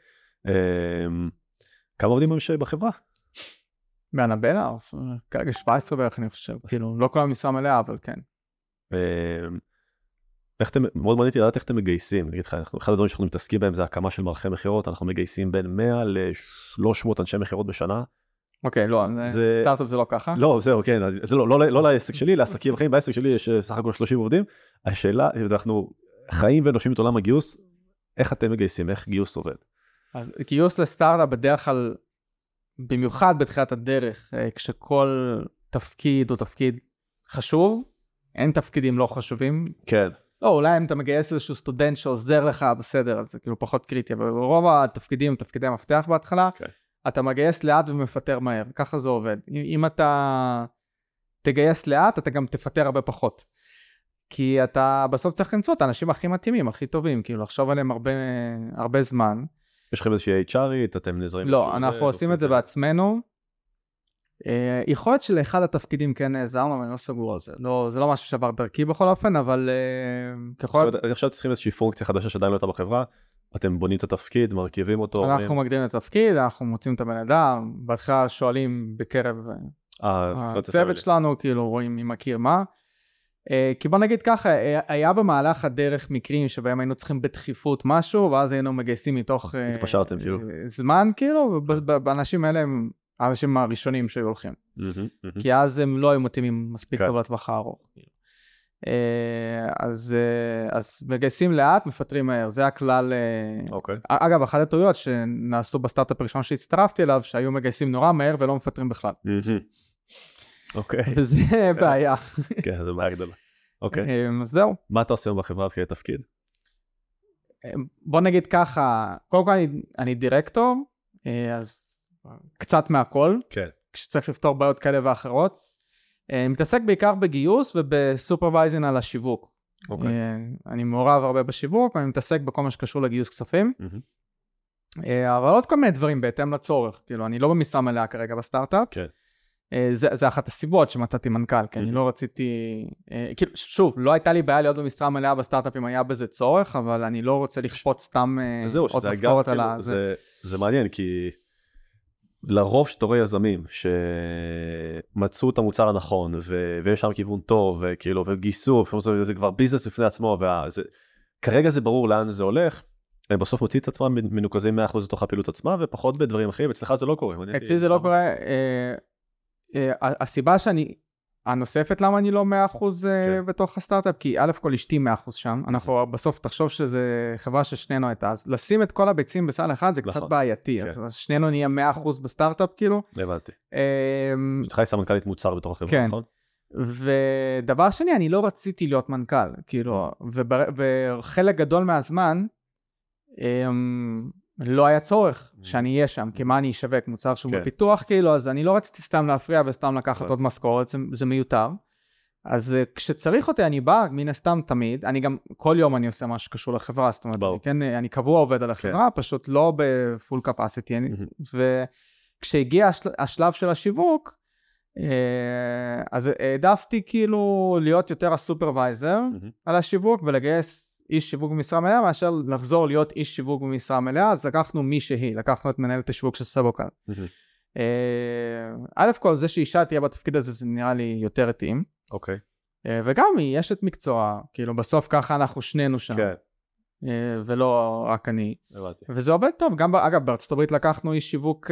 כמה עובדים יש בחברה? באנבלה, כרגע 17 בערך אני חושב, כאילו לא כל המשרה מלאה, אבל כן. מאוד מענייתי לדעת איך אתם מגייסים, נגיד לך, אחד הדברים שאנחנו מתעסקים בהם זה הקמה של מערכי מחירות, אנחנו מגייסים בין 100 ל-300 אנשי מחירות בשנה. אוקיי, לא, סטארט-אפ זה לא ככה. לא, זהו, כן, זה לא לעסק שלי, לעסקים אחרים, בעסק שלי יש סך הכל 30 עובדים, השאלה, אנחנו חיים ונושמים את עולם הגיוס, איך אתם מגייסים, איך גיוס עובד? אז גיוס לסטארט-אפ בדרך כלל, במיוחד בתחילת הדרך, כשכל תפקיד הוא תפקיד חשוב, אין תפקידים לא חשובים. כן. לא, אולי אם אתה מגייס איזשהו סטודנט שעוזר לך, בסדר, אז זה כאילו פחות קריטי, אבל רוב התפקידים, תפקידי המפתח בהתחלה, אתה מגייס לאט ומפטר מהר, ככה זה עובד. אם אתה תגייס לאט, אתה גם תפטר הרבה פחות. כי אתה בסוף צריך למצוא את האנשים הכי מתאימים, הכי טובים, כאילו לחשוב עליהם הרבה זמן. יש לכם איזושהי HRית, אתם נעזרים? לא, אנחנו עושים את זה בעצמנו. יכול להיות שלאחד התפקידים כן נעזרנו, אבל אני לא סגור על זה. זה לא משהו שעבר דרכי בכל אופן, אבל ככל... אני עכשיו צריכים איזושהי פונקציה חדשה שעדיין לא הייתה בחברה, אתם בונים את התפקיד, מרכיבים אותו. אנחנו מגדירים את התפקיד, אנחנו מוצאים את הבן אדם, בהתחלה שואלים בקרב הצוות שלנו, כאילו רואים מי מכיר מה. כי בוא נגיד ככה, היה במהלך הדרך מקרים שבהם היינו צריכים בדחיפות משהו, ואז היינו מגייסים מתוך זמן, כאילו, באנשים האלה הם האנשים הראשונים שהיו הולכים. כי אז הם לא היו מתאימים מספיק טוב לטווח הארוך. אז מגייסים לאט, מפטרים מהר, זה הכלל. אגב, אחת הטעויות שנעשו בסטארט-אפ הראשון שהצטרפתי אליו, שהיו מגייסים נורא מהר ולא מפטרים בכלל. אוקיי. וזה בעיה. כן, זה בעיה גדולה. אוקיי. אז זהו. מה אתה עושה בחברה כתפקיד? בוא נגיד ככה, קודם כל אני דירקטור, אז קצת מהכל. כן. כשצריך לפתור בעיות כאלה ואחרות. מתעסק בעיקר בגיוס ובסופרוויזינג על השיווק. אני מעורב הרבה בשיווק, אני מתעסק בכל מה שקשור לגיוס כספים, אבל עוד כל מיני דברים בהתאם לצורך, כאילו, אני לא במשרה מלאה כרגע בסטארט-אפ, זה אחת הסיבות שמצאתי מנכ"ל, כי אני לא רציתי, כאילו, שוב, לא הייתה לי בעיה להיות במשרה מלאה בסטארט-אפ אם היה בזה צורך, אבל אני לא רוצה לכפות סתם עוד משכורת על זה. זה מעניין, כי לרוב שאתה רואה יזמים שמצאו את המוצר הנכון, ויש שם כיוון טוב, וכאילו, וגייסו, זה כבר ביזנס בפני עצמו, כרגע זה ברור לאן זה הולך, הם בסוף מוציא את עצמם מנוקזים 100% לתוך הפעילות עצמה, ופחות בדברים אחרים, אצלך זה לא קורה. אצלי זה לא קורה, הסיבה הנוספת למה אני לא 100% בתוך הסטארט-אפ, כי א' כל אשתי 100% שם, אנחנו בסוף תחשוב שזה חברה ששנינו הייתה, אז לשים את כל הביצים בסל אחד זה קצת בעייתי, אז שנינו נהיה 100% בסטארט-אפ כאילו. הבנתי. שתך היא סמנכ"לית מוצר בתוך החברה, נכון? ודבר שני, אני לא רציתי להיות מנכ"ל, כאילו, וחלק גדול מהזמן, לא היה צורך שאני אהיה שם, כי מה אני אשווק מוצר שהוא בפיתוח כאילו, אז אני לא רציתי סתם להפריע וסתם לקחת עוד משכורת, זה מיותר. אז כשצריך אותי אני בא, מן הסתם תמיד, אני גם כל יום אני עושה משהו שקשור לחברה, זאת אומרת, אני קבוע עובד על החברה, פשוט לא בפול קפסיטי, וכשהגיע השלב של השיווק, אז העדפתי כאילו להיות יותר הסופרוויזר על השיווק ולגייס איש שיווק במשרה מלאה, מאשר לחזור להיות איש שיווק במשרה מלאה, אז לקחנו מישהי, לקחנו את מנהלת השיווק של סבוקל. א' כל זה שאישה תהיה בתפקיד הזה, זה נראה לי יותר התאים. אוקיי. וגם היא אשת מקצוע, כאילו בסוף ככה אנחנו שנינו שם. כן. ולא רק אני. הבנתי. וזה עובד טוב, גם אגב בארצות הברית לקחנו איש שיווק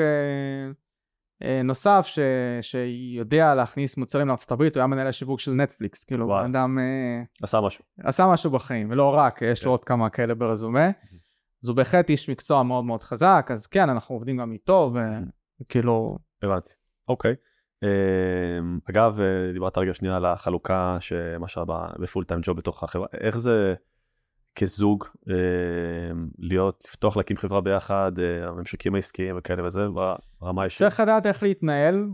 נוסף שיודע להכניס מוצרים לארצות הברית, הוא היה מנהל השיווק של נטפליקס, כאילו אדם עשה משהו בחיים, ולא רק, יש לו עוד כמה כאלה ברזומה, אז הוא בהחלט איש מקצוע מאוד מאוד חזק, אז כן, אנחנו עובדים גם איתו, וכאילו... הבנתי, אוקיי. אגב, דיברת רגע שנייה על החלוקה, שמשל בפול טיים ג'וב בתוך החברה, איך זה כזוג, לפתוח להקים חברה ביחד, הממשקים העסקיים וכאלה וזה, ברמה אישית? צריך לדעת איך להתנהל,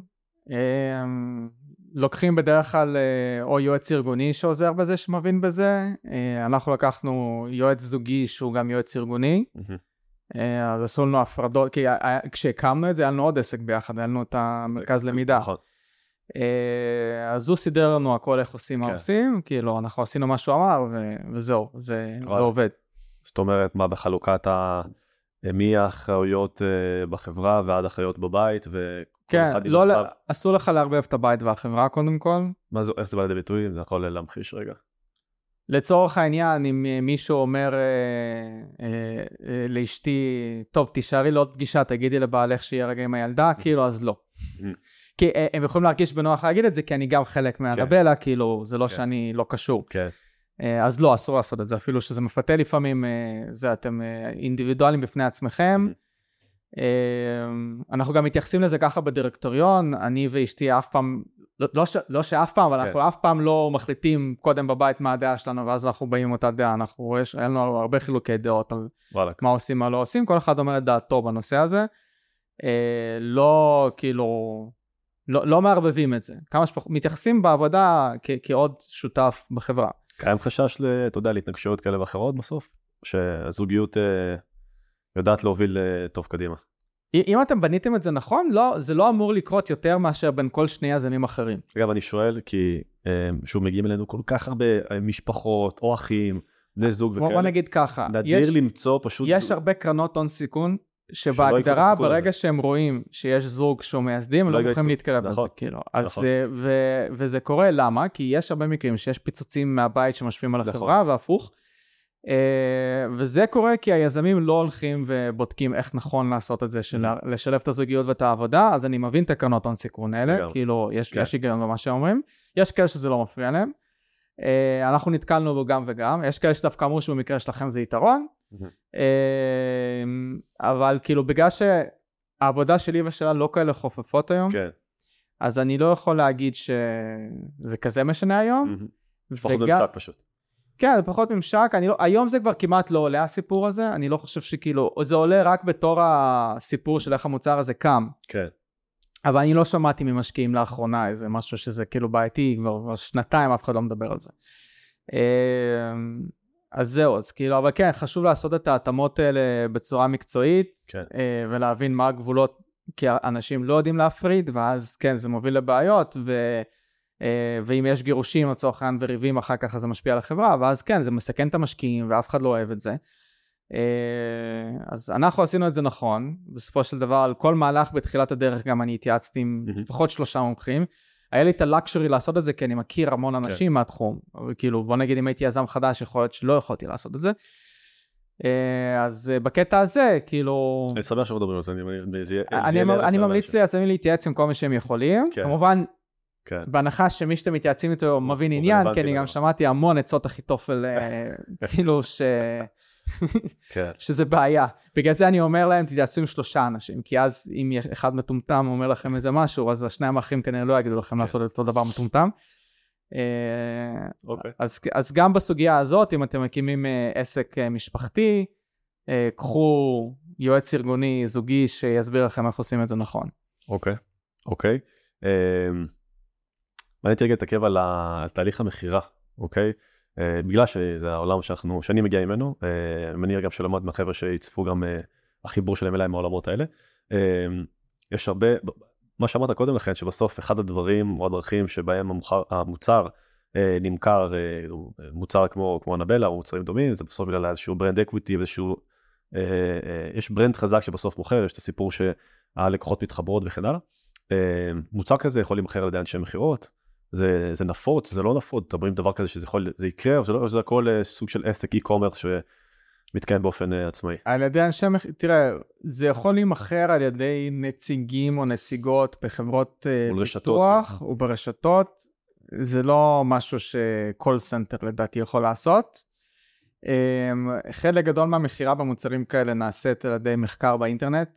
לוקחים בדרך כלל או יועץ ארגוני שעוזר בזה, שמבין בזה, אנחנו לקחנו יועץ זוגי שהוא גם יועץ ארגוני, אז עשו לנו הפרדות, כי כשהקמנו את זה, היה לנו עוד עסק ביחד, היה לנו את המרכז למידה. אז הוא סידר לנו הכל איך עושים מה עושים, כאילו אנחנו עשינו מה שהוא אמר וזהו, זה עובד. זאת אומרת, מה בחלוקת מי האחריות בחברה ועד אחריות בבית, כן, אסור לך להרבב את הבית והחברה קודם כל. איך זה בא לידי ביטוי? אני יכול להמחיש רגע. לצורך העניין, אם מישהו אומר לאשתי, טוב, תישארי לעוד פגישה, תגידי לבעלך שיהיה רגע עם הילדה, כאילו אז לא. כי הם יכולים להרגיש בנוח להגיד את זה, כי אני גם חלק מהרבלה, כאילו, זה לא שאני לא קשור. אז לא, אסור לעשות את זה, אפילו שזה מפתה לפעמים, זה אתם אינדיבידואלים בפני עצמכם. אנחנו גם מתייחסים לזה ככה בדירקטוריון, אני ואשתי אף פעם, לא שאף פעם, אבל אנחנו אף פעם לא מחליטים קודם בבית מה הדעה שלנו, ואז אנחנו באים אותה דעה, היה לנו הרבה חילוקי דעות על מה עושים, מה לא עושים, כל אחד אומר את דעתו בנושא הזה. לא, כאילו, לא מערבבים את זה. כמה שפחות, מתייחסים בעבודה כעוד שותף בחברה. קיים חשש, אתה יודע, להתנגשויות כאלה ואחרות בסוף? שהזוגיות יודעת להוביל טוב קדימה. אם אתם בניתם את זה נכון, לא, זה לא אמור לקרות יותר מאשר בין כל שני יזמים אחרים. אגב, אני שואל, כי שוב מגיעים אלינו כל כך הרבה משפחות או אחים, בני זוג וכאלה. בוא נגיד ככה. נדיר למצוא פשוט... יש הרבה קרנות הון סיכון, שבהגדרה, ברגע שהם רואים שיש זוג שהוא מייסדים, לא יכולים להתקרב לזה, כאילו. וזה קורה, למה? כי יש הרבה מקרים שיש פיצוצים מהבית שמשפיעים על החברה, והפוך. וזה קורה כי היזמים לא הולכים ובודקים איך נכון לעשות את זה, לשלב את הזוגיות ואת העבודה, אז אני מבין את הקרנות הון סיכון האלה, כאילו, יש היגיון במה שאומרים. יש כאלה שזה לא מפריע להם. אנחנו נתקלנו בו גם וגם. יש כאלה שדווקא אמרו שבמקרה שלכם זה יתרון. אבל כאילו בגלל שהעבודה שלי ושלה לא כאלה חופפות היום, אז אני לא יכול להגיד שזה כזה משנה היום. פחות ממשק פשוט. כן, זה פחות ממשק. היום זה כבר כמעט לא עולה הסיפור הזה, אני לא חושב שכאילו, זה עולה רק בתור הסיפור של איך המוצר הזה קם. כן. אבל אני לא שמעתי ממשקיעים לאחרונה איזה משהו שזה כאילו בעייתי, כבר שנתיים אף אחד לא מדבר על זה. אז זהו, אז כאילו, אבל כן, חשוב לעשות את ההתאמות האלה בצורה מקצועית, כן. ולהבין מה הגבולות, כי אנשים לא יודעים להפריד, ואז כן, זה מוביל לבעיות, ואם יש גירושים לצורך העניין וריבים אחר כך, אז זה משפיע על החברה, ואז כן, זה מסכן את המשקיעים, ואף אחד לא אוהב את זה. אז אנחנו עשינו את זה נכון, בסופו של דבר, על כל מהלך בתחילת הדרך, גם אני התייעצתי עם לפחות 3 מומחים, היה לי את הלקשורי לעשות את זה, כי אני מכיר המון אנשים מהתחום, כאילו בוא נגיד אם הייתי יזם חדש, יכול להיות שלא יכולתי לעשות את זה, אז בקטע הזה, כאילו... אני שמח שמדברים על זה, אני ממליץ ליזמים להתייעץ עם כל מי שהם יכולים, כמובן, בהנחה שמי שאתם מתייעצים איתו מבין עניין, כי אני גם שמעתי המון עצות אחיתופל, כאילו שזה בעיה. בגלל זה אני אומר להם, תתייעצו עם 3 אנשים, כי אז אם יש אחד מטומטם אומר לכם איזה משהו, אז 2 האחים כנראה לא יגידו לכם לעשות את אותו דבר מטומטם. אז גם בסוגיה הזאת, אם אתם מקימים עסק משפחתי, קחו יועץ ארגוני זוגי שיסביר לכם איך עושים את זה נכון. אוקיי. אני תרגע להתעכב על תהליך המחירה, אוקיי? בגלל שזה העולם שאני מגיע ממנו, אני גם שלמד מהחבר'ה שיצפו גם החיבור שלהם אליי מהעולמות האלה. יש הרבה, מה שאמרת קודם לכן, שבסוף אחד הדברים או הדרכים שבהם המוצר נמכר, מוצר כמו אנבלה או מוצרים דומים, זה בסוף בגלל איזשהו ברנד אקוויטי, יש ברנד חזק שבסוף מוכר, יש את הסיפור שהלקוחות מתחברות וכן הלאה. מוצר כזה יכול להימכר על ידי אנשי מחירות, זה נפוץ, זה לא נפוץ, מדברים דבר כזה זה יקרה, או זה הכל סוג של עסק e-commerce שמתקיים באופן עצמאי. על ידי אנשי מחירות, תראה, זה יכול להימכר על ידי נציגים או נציגות בחברות פיתוח וברשתות, זה לא משהו שכל סנטר לדעתי יכול לעשות. חלק גדול מהמחירה במוצרים כאלה נעשית על ידי מחקר באינטרנט,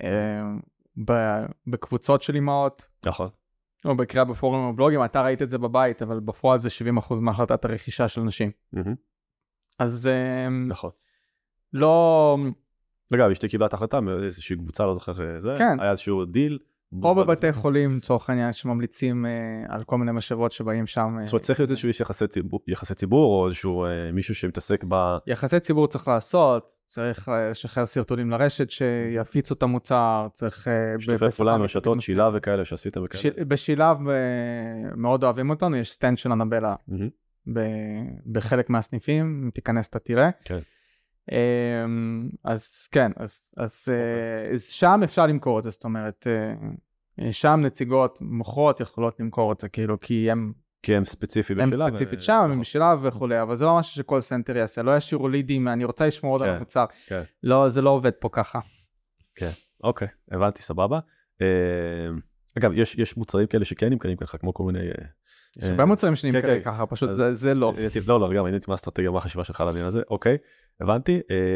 בקבוצות של אמהות. נכון. או בקריאה בפורומים או בלוגים, אתה ראית את זה בבית, אבל בפועל זה 70% מהחלטת הרכישה של נשים. אז נכון. לא... אגב, אשתי קיבלה את ההחלטה מאיזושהי קבוצה, לא זוכר זה, היה איזשהו דיל. או בבתי חולים, צורך העניין, שממליצים על כל מיני משאבות שבאים שם. זאת אומרת, צריך להיות איזשהו יחסי ציבור, או איזשהו מישהו שמתעסק ב... יחסי ציבור צריך לעשות, צריך לשחרר סרטונים לרשת שיפיצו את המוצר, צריך... שתופי פעולה עם רשתות, שילב וכאלה שעשיתם וכאלה. בשילב מאוד אוהבים אותנו, יש סטנד של אנבלה בחלק מהסניפים, אם תיכנס אתה תראה. כן. אז כן, אז שם אפשר למכור את זה, זאת אומרת, שם נציגות מוכרות יכולות למכור את זה, כאילו, כי הם ספציפי בשלב. הם ספציפית שם, הם בשלב וכו', אבל זה לא משהו שכל סנטר יעשה, לא ישירו לידים, אני רוצה לשמור עוד על המוצר. לא, זה לא עובד פה ככה. כן, אוקיי, הבנתי, סבבה. אגב, יש מוצרים כאלה שכן נמכרים ככה, כמו כל מיני... יש הרבה מוצרים שנמכרים ככה, פשוט זה לא. לא, גם הייתי מה האסטרטגיה, מה החשיבה שלך לעניין הזה, אוקיי, הבנתי.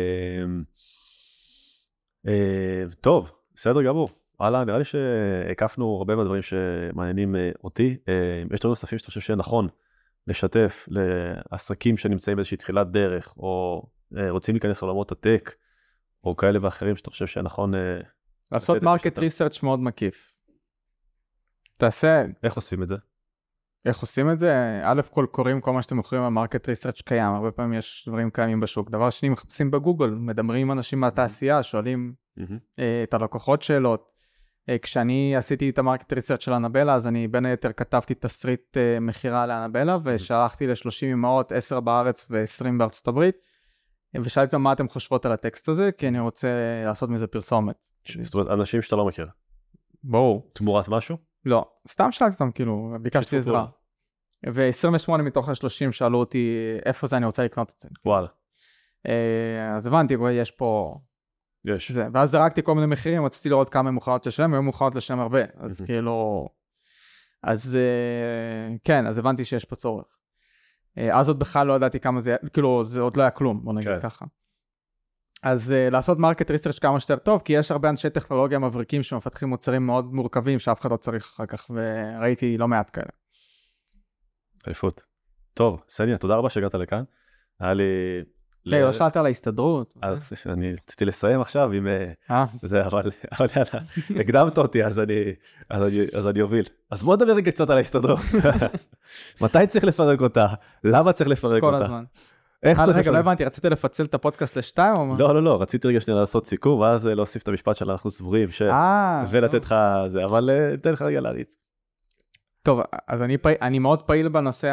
טוב, בסדר גמור. הלאה, נראה לי שהקפנו הרבה מהדברים שמעניינים אותי. יש דברים נוספים שאתה חושב שנכון לשתף לעסקים שנמצאים באיזושהי תחילת דרך, או רוצים להיכנס לעולמות הטק, או כאלה ואחרים שאתה חושב שנכון... לעשות מרקט ריסרצ' מאוד מקיף. תעשה... איך עושים את זה? איך עושים את זה? א' כל קוראים כל מה שאתם יכולים על מרקט ריסרצ' קיים, הרבה פעמים יש דברים קיימים בשוק. דבר שני, מחפשים בגוגל, מדברים עם אנשים מהתעשייה, שואלים את הלקוחות שאלות. כשאני עשיתי את המרקט ריסרצ' של אנבלה, אז אני בין היתר כתבתי תסריט מחירה לאנבלה, ושלחתי ל-30 אמהות, 10 בארץ ו-20 בארצות הברית, ושאלתי אותם מה אתם חושבות על הטקסט הזה, כי אני רוצה לעשות מזה פרסומת. זאת אומרת, אנשים שאתה לא מכיר. ברור. תמורת משהו? לא, סתם שאלתי אותם, כאילו, ביקשתי עזרה. ו-28 מתוך ה-30 שאלו אותי איפה זה אני רוצה לקנות את זה. וואלה. אז הבנתי, יש פה... יש. ואז זרקתי כל מיני מחירים, רציתי לראות כמה מוכנות לשלם, והיו מוכנות לשלם הרבה. אז כאילו... אז כן, אז הבנתי שיש פה צורך. אז עוד בכלל לא ידעתי כמה זה... כאילו, זה עוד לא היה כלום, בוא נגיד ככה. אז לעשות מרקט ריסרצ' כמה שיותר טוב, כי יש הרבה אנשי טכנולוגיה מבריקים שמפתחים מוצרים מאוד מורכבים, שאף אחד לא צריך אחר כך, וראיתי לא מעט כאלה. חליפות. טוב, סניה, תודה רבה שהגעת לכאן. היה לי לא שאלת על ההסתדרות. אז אני רציתי לסיים עכשיו עם זה, אבל יאללה, הקדמת אותי, אז אני אוביל. אז בוא נדבר רגע קצת על ההסתדרות. מתי צריך לפרק אותה? למה צריך לפרק אותה? כל הזמן. איך צריך רגע, לא הבנתי, רציתי לפצל את הפודקאסט לשתיים או מה? לא, רציתי רגע שנייה לעשות סיכום, ואז להוסיף את המשפט של אנחנו סבורים, ולתת לך זה, אבל אתן לך רגע להריץ. טוב, אז אני מאוד פעיל בנושא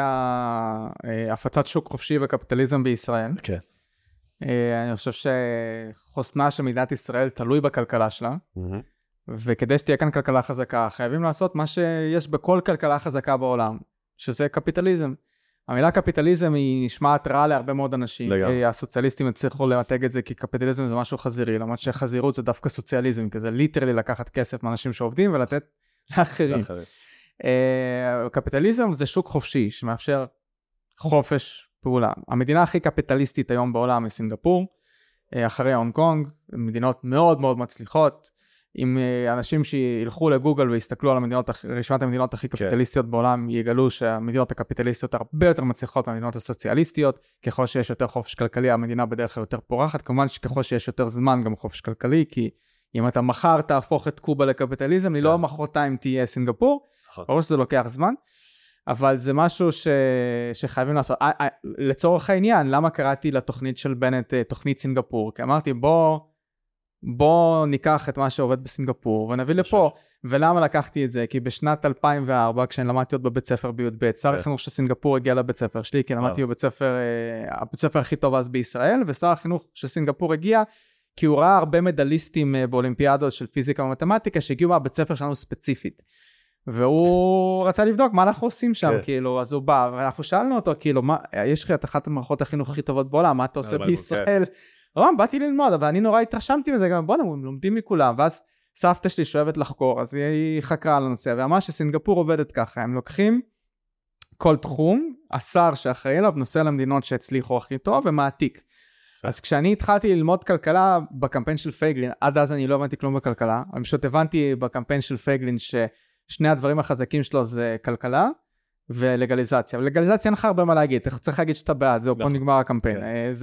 הפצת שוק חופשי וקפיטליזם בישראל. כן. אני חושב שחוסנה של מדינת ישראל תלוי בכלכלה שלה, וכדי שתהיה כאן כלכלה חזקה, חייבים לעשות מה שיש בכל כלכלה חזקה בעולם, שזה קפיטליזם. המילה קפיטליזם היא נשמעת רע להרבה מאוד אנשים. הסוציאליסטים הצליחו למתג את זה כי קפיטליזם זה משהו חזירי, למרות שחזירות זה דווקא סוציאליזם, כי זה ליטרלי לקחת כסף מאנשים שעובדים ולתת לאחרים. קפיטליזם זה שוק חופשי שמאפשר חופש פעולה. המדינה הכי קפיטליסטית היום בעולם היא סינגפור, אחרי הונג קונג, מדינות מאוד מאוד מצליחות. אם אנשים שילכו לגוגל ויסתכלו על רשימת המדינות הכי קפיטליסטיות בעולם, יגלו שהמדינות הקפיטליסטיות הרבה יותר מצליחות מהמדינות הסוציאליסטיות. ככל שיש יותר חופש כלכלי, המדינה בדרך כלל יותר פורחת. כמובן שככל שיש יותר זמן גם חופש כלכלי, כי אם אתה מחר תהפוך את קובה לקפיטליזם, לא מחרתיים תהיה סינגפור, או שזה לוקח זמן, אבל זה משהו שחייבים לעשות. לצורך העניין, למה קראתי לתוכנית של בנט תוכנית סינגפור? כי אמרתי, בוא ניקח את מה שעובד בסינגפור ונביא לפה. ולמה לקחתי את זה? כי בשנת 2004, כשאני למדתי עוד בבית ספר בי"ב, שר החינוך של סינגפור הגיע לבית ספר שלי, כי למדתי בבית ספר הכי טוב אז בישראל, ושר החינוך של סינגפור הגיע, כי הוא ראה הרבה מדליסטים באולימפיאדות של פיזיקה ומתמטיקה, שהגיעו מהבית ספר שלנו ספציפית. והוא רצה לבדוק מה אנחנו עושים שם, כאילו, אז הוא בא, ואנחנו שאלנו אותו, כאילו, יש לך את אחת המערכות החינוך הכי טובות בעולם, מה אתה עושה בישראל? באתי ללמוד, אבל אני נורא התרשמתי מזה, גם בואו, הם לומדים מכולם, ואז סבתא שלי שאוהבת לחקור, אז היא חקרה על הנושא, ואמרה שסינגפור עובדת ככה, הם לוקחים כל תחום, השר שאחראי אליו, נוסע למדינות שהצליחו הכי טוב, ומעתיק. אז כשאני התחלתי ללמוד כלכלה בקמפיין של פייגלין, עד אז אני לא הבנתי כלום בכלכלה, אני פשוט הבנתי בקמפיין של פייגלין ששני הדברים החזקים שלו זה כלכלה ולגליזציה. ולגליזציה אין לך הרבה מה להגיד, אתה צריך להגיד שאתה בעד, זהו, פה נגמר הקמפיין.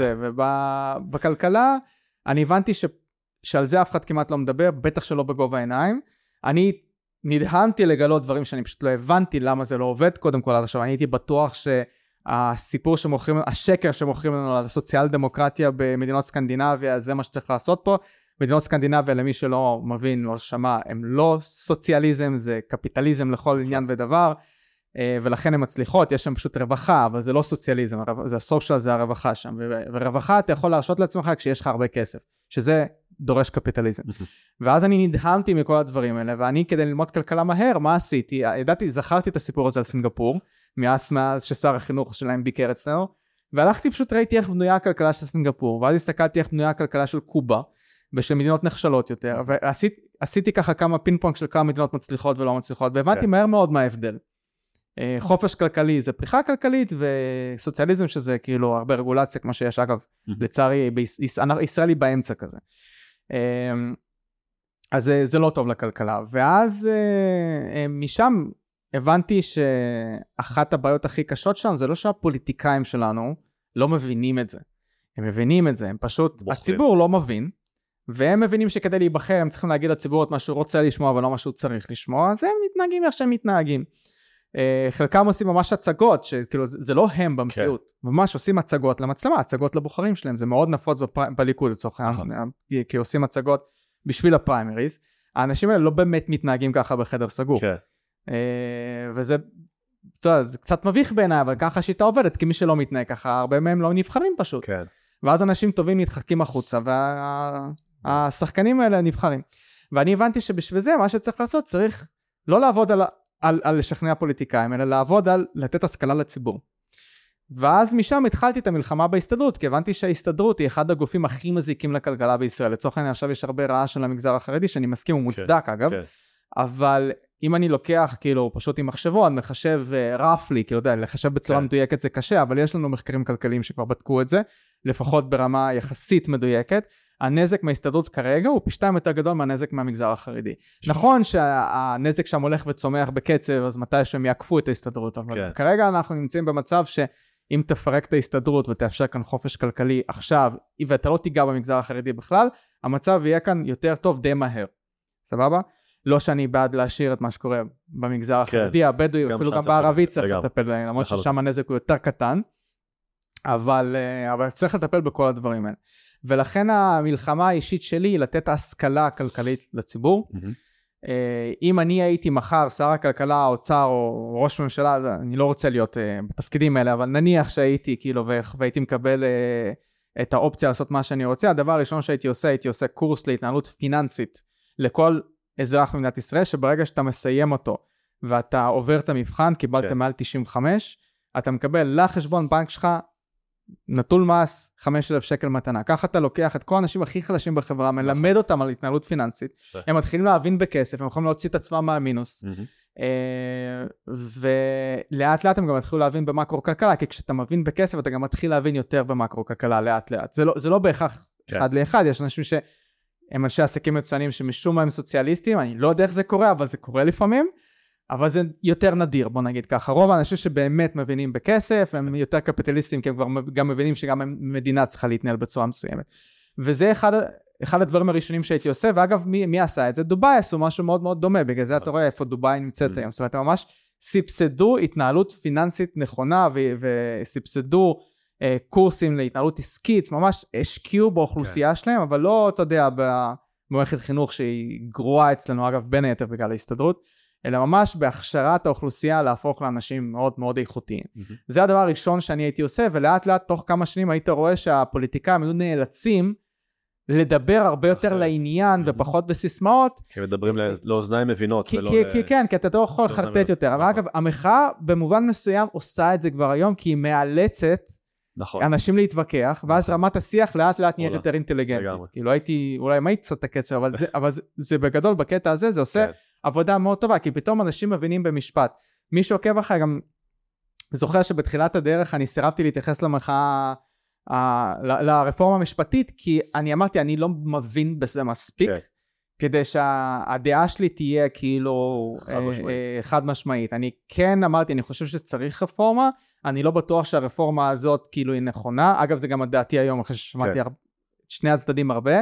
ובכלכלה אני הבנתי שעל זה אף אחד כמעט לא מדבר, בטח שלא בגובה העיניים. אני נדהמתי לגלות דברים שאני פשוט לא הבנתי למה זה לא עובד, קודם כל עד עכשיו, אני הייתי בטוח הסיפור שמוכרים, השקר שמוכרים לנו על הסוציאל דמוקרטיה במדינות סקנדינביה, זה מה שצריך לעשות פה. מדינות סקנדינביה, למי שלא מבין, לא שמע, הם לא סוציאליזם, זה קפיטליזם לכל עניין ודבר, ולכן הן מצליחות, יש שם פשוט רווחה, אבל זה לא סוציאליזם, זה הסושיאל, זה הרווחה שם, ורווחה אתה יכול להרשות לעצמך כשיש לך הרבה כסף, שזה דורש קפיטליזם. ואז אני נדהמתי מכל הדברים האלה, ואני כדי ללמוד כלכלה מהר, מה עשיתי? זכרתי את הסיפור הזה על סינגפור, מאז ששר החינוך שלהם ביקר אצלנו, והלכתי פשוט ראיתי איך בנויה הכלכלה של סינגפור, ואז הסתכלתי איך בנויה הכלכלה של קובה, ושל מדינות נחשלות יותר, ועשיתי ככה כמה פינפונג של כמה מדינות מצליחות ולא מצליחות, והבנתי מהר מאוד מה ההבדל. חופש כלכלי זה פריחה כלכלית, וסוציאליזם שזה כאילו הרבה רגולציה, כמו שיש אגב, לצערי, ישראל היא באמצע כזה. אז זה לא טוב לכלכלה, ואז משם הבנתי שאחת הבעיות הכי קשות שלנו, זה לא שהפוליטיקאים שלנו לא מבינים את זה. הם מבינים את זה, הם פשוט, הציבור לא מבין, והם מבינים שכדי להיבחר הם צריכים להגיד לציבור את מה שהוא רוצה לשמוע, ולא מה שהוא צריך לשמוע, אז הם מתנהגים איך שהם מתנהגים. חלקם עושים ממש הצגות, שכאילו זה לא הם במציאות, ממש עושים הצגות למצלמה, הצגות לבוחרים שלהם, זה מאוד נפוץ בליכוד לצורך העניין, כי עושים הצגות בשביל הפריימריז, האנשים האלה לא באמת מתנהגים ככה בחדר סגור. וזה, אתה יודע, זה קצת מביך בעיניי, אבל ככה השיטה עובדת, כי מי שלא מתנהג ככה, הרבה מהם לא נבחרים פשוט. ואז אנשים טובים נדחקים החוצה, והשחקנים האלה נבחרים. ואני הבנתי שבשביל זה, מה שצריך לעשות, צריך לא לעבוד על לשכנע פוליטיקאים, אלא לעבוד על לתת השכלה לציבור. ואז משם התחלתי את המלחמה בהסתדרות, כי הבנתי שההסתדרות היא אחד הגופים הכי מזיקים לכלכלה בישראל. לצורך העניין, עכשיו יש הרבה רעה של המגזר החרדי, שאני מסכים, הוא מוצדק אגב, אבל אם אני לוקח, כאילו, פשוט עם מחשבון, מחשב רפלי, כאילו, לחשב בצורה מדויקת זה קשה, אבל יש לנו מחקרים כלכליים שכבר בדקו את זה, לפחות ברמה יחסית מדויקת, הנזק מההסתדרות כרגע הוא פי 2 יותר גדול מהנזק מהמגזר החרדי. נכון שהנזק שם הולך וצומח בקצב, אז מתי שהם יעקפו את ההסתדרות, אבל כרגע אנחנו נמצאים במצב אם תפרק את ההסתדרות ותאפשר כאן חופש כלכלי עכשיו, ואתה לא תיגע במגזר החרדי בכלל, המצב יהיה כאן יותר טוב די מהר. סבבה? לא שאני בעד להשאיר את מה שקורה במגזר החרדי, הבדואי, אפילו גם בערבית צריך לטפל, למרות ששם הנזק הוא יותר קטן, אבל צריך לטפל בכל הדברים האלה. ולכן המלחמה האישית שלי היא לתת השכלה כלכלית לציבור. אם אני הייתי מחר שר הכלכלה, האוצר או ראש ממשלה, אני לא רוצה להיות בתפקידים האלה, אבל נניח שהייתי כאילו והייתי מקבל את האופציה לעשות מה שאני רוצה, הדבר הראשון שהייתי עושה קורס להתנהלות פיננסית לכל אזרח במדינת ישראל, שברגע שאתה מסיים אותו ואתה עובר את המבחן, קיבלת מעל 95, אתה מקבל לחשבון בנק שלך נטול מס 5,000 שקל מתנה. ככה אתה לוקח את כל האנשים הכי חלשים בחברה, מלמד אותם על התנהלות פיננסית, הם מתחילים להבין בכסף, הם יכולים להוציא את עצמם מהמינוס, ולאט לאט הם גם מתחילו להבין במקרו כלכלה, כי כשאתה מבין בכסף אתה גם מתחיל להבין יותר במקרו כלכלה לאט לאט. זה לא בהכרח אחד לאחד, יש אנשים שהם אנשי עסקים מצוינים שמשום מה הם סוציאליסטים, אני לא יודע איך זה קורה, אבל זה קורה לפעמים, אבל זה יותר נדיר, בוא נגיד ככה. רוב האנשים שבאמת מבינים בכסף, הם יותר קפיטליסטים, כי הם כבר גם מבינים שגם המדינה צריכה להתנהל בצורה מסוימת. וזה אחד הדברים הראשונים שהייתי עושה, ואגב, מי עשה את זה? דובאי עשו משהו מאוד מאוד דומה, בגלל זה אתה רואה איפה דובאי נמצאת היום. זאת אומרת, הם ממש סבסדו התנהלות פיננסית נכונה, וסבסדו קורסים להתנהלות עסקית, ממש השקיעו באוכלוסייה שלהם, אבל לא, אתה יודע, במערכת חינוך שהיא גרועה אצלנו, אגב, בין היתר בגלל ההסתדרות, אלא ממש בהכשרת האוכלוסייה להפוך לאנשים מאוד מאוד איכותיים. זה הדבר הראשון שאני הייתי עושה, ולאט לאט תוך כמה שנים היית רואה שהפוליטיקאים היו נאלצים לדבר הרבה יותר לעניין ופחות בסיסמאות. כי מדברים לאוזניים מבינות. כן, כי אתה לא יכול לחרטט יותר. אבל אגב, המחאה במובן מסוים עושה את זה כבר היום, כי היא מאלצת אנשים להתווכח, ואז רמת השיח לאט לאט נהיית יותר אינטליגנטית. כאילו הייתי, אולי מה קצת את הקצר, אבל זה בגדול בקטע הזה, זה עושה עבודה מאוד טובה, כי פתאום אנשים מבינים במשפט. מי שעוקב אחרי גם זוכר שבתחילת הדרך אני סירבתי להתייחס למחאה, לרפורמה המשפטית, כי אני אמרתי, אני לא מבין בזה מספיק, כדי שהדעה שלי תהיה כאילו חד משמעית. אני כן אמרתי, אני חושב שצריך רפורמה, אני לא בטוח שהרפורמה הזאת כאילו היא נכונה, אגב זה גם הדעתי היום, אחרי ששמעתי שני הצדדים הרבה,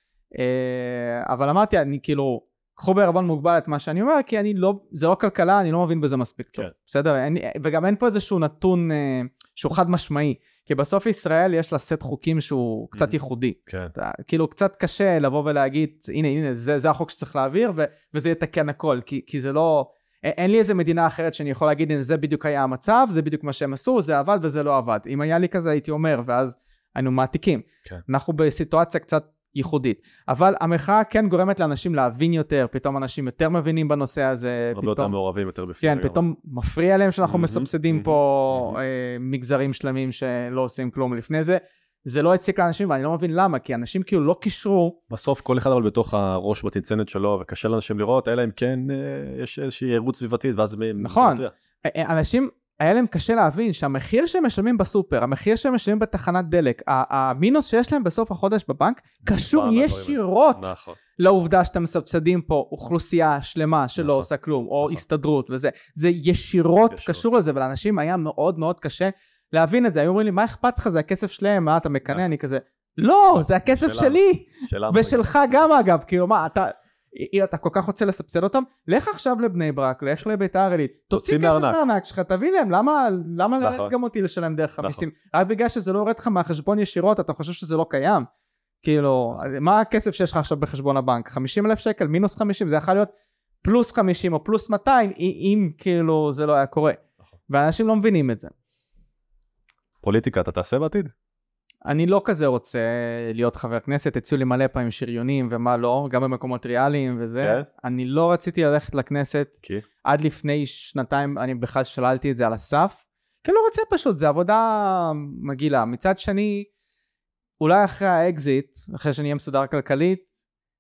אבל אמרתי, אני כאילו, קחו בערבון מוגבל את מה שאני אומר, כי זה לא כלכלה, אני לא מבין בזה מספיק טוב, בסדר? וגם אין פה איזשהו נתון שהוא חד משמעי, כי בסוף ישראל יש לה סט חוקים שהוא קצת ייחודי. כאילו קצת קשה לבוא ולהגיד, הנה, זה החוק שצריך להעביר, וזה יתקן הכל, כי זה לא, אין לי איזה מדינה אחרת שאני יכול להגיד, הנה, זה בדיוק היה המצב, זה בדיוק מה שהם עשו, זה עבד וזה לא עבד. אם היה לי כזה, הייתי אומר, ואז היינו מעתיקים. אנחנו בסיטואציה קצת ייחודית. אבל המחאה כן גורמת לאנשים להבין יותר, פתאום אנשים יותר מבינים בנושא הזה. הרבה יותר מעורבים, יותר בפנים. כן, פתאום מפריע להם שאנחנו מסבסדים פה מגזרים שלמים שלא עושים כלום לפני זה. זה לא הציק לאנשים, ואני לא מבין למה, כי אנשים כאילו לא קישרו. בסוף כל אחד אבל בתוך הראש בצנצנת שלו, וקשה לאנשים לראות, אלא אם כן יש איזושהי עירות סביבתית, ואז נכון. אנשים היה להם קשה להבין שהמחיר שהם משלמים בסופר, המחיר שהם משלמים בתחנת דלק, המינוס שיש להם בסוף החודש בבנק, קשור ישירות לעובדה שאתם מסבסדים פה אוכלוסייה שלמה שלא עושה כלום, או הסתדרות וזה. זה ישירות קשור לזה, ולאנשים היה מאוד מאוד קשה להבין את זה. היו אומרים לי, מה אכפת לך? זה הכסף שלהם, מה אתה מקנא? אני כזה, לא, זה הכסף שלי, ושלך גם אגב, כאילו מה, אתה כל כך רוצה לסבסד אותם, לך עכשיו לבני ברק, לך לביתר עילית, תוציא כסף מהארנק שלך, תביא להם, למה לאלץ גם אותי לשלם דרך המיסים? רק בגלל שזה לא יורד לך מהחשבון ישירות, אתה חושב שזה לא קיים? כאילו, מה הכסף שיש לך עכשיו בחשבון הבנק? 50,000 שקל, מינוס 50, זה יכול להיות פלוס 50 או פלוס 200, אם כאילו זה לא היה קורה. ואנשים לא מבינים את זה. פוליטיקה, אתה תעשה בעתיד? אני לא כזה רוצה להיות חבר כנסת, הציעו לי מלא פעמים שריונים ומה לא, גם במקומות ריאליים וזה. אני לא רציתי ללכת לכנסת, עד לפני שנתיים אני בכלל שללתי את זה על הסף, כי לא רוצה פשוט, זה עבודה מגעילה. מצד שני, אולי אחרי האקזיט, אחרי שאני אהיה מסודר כלכלית,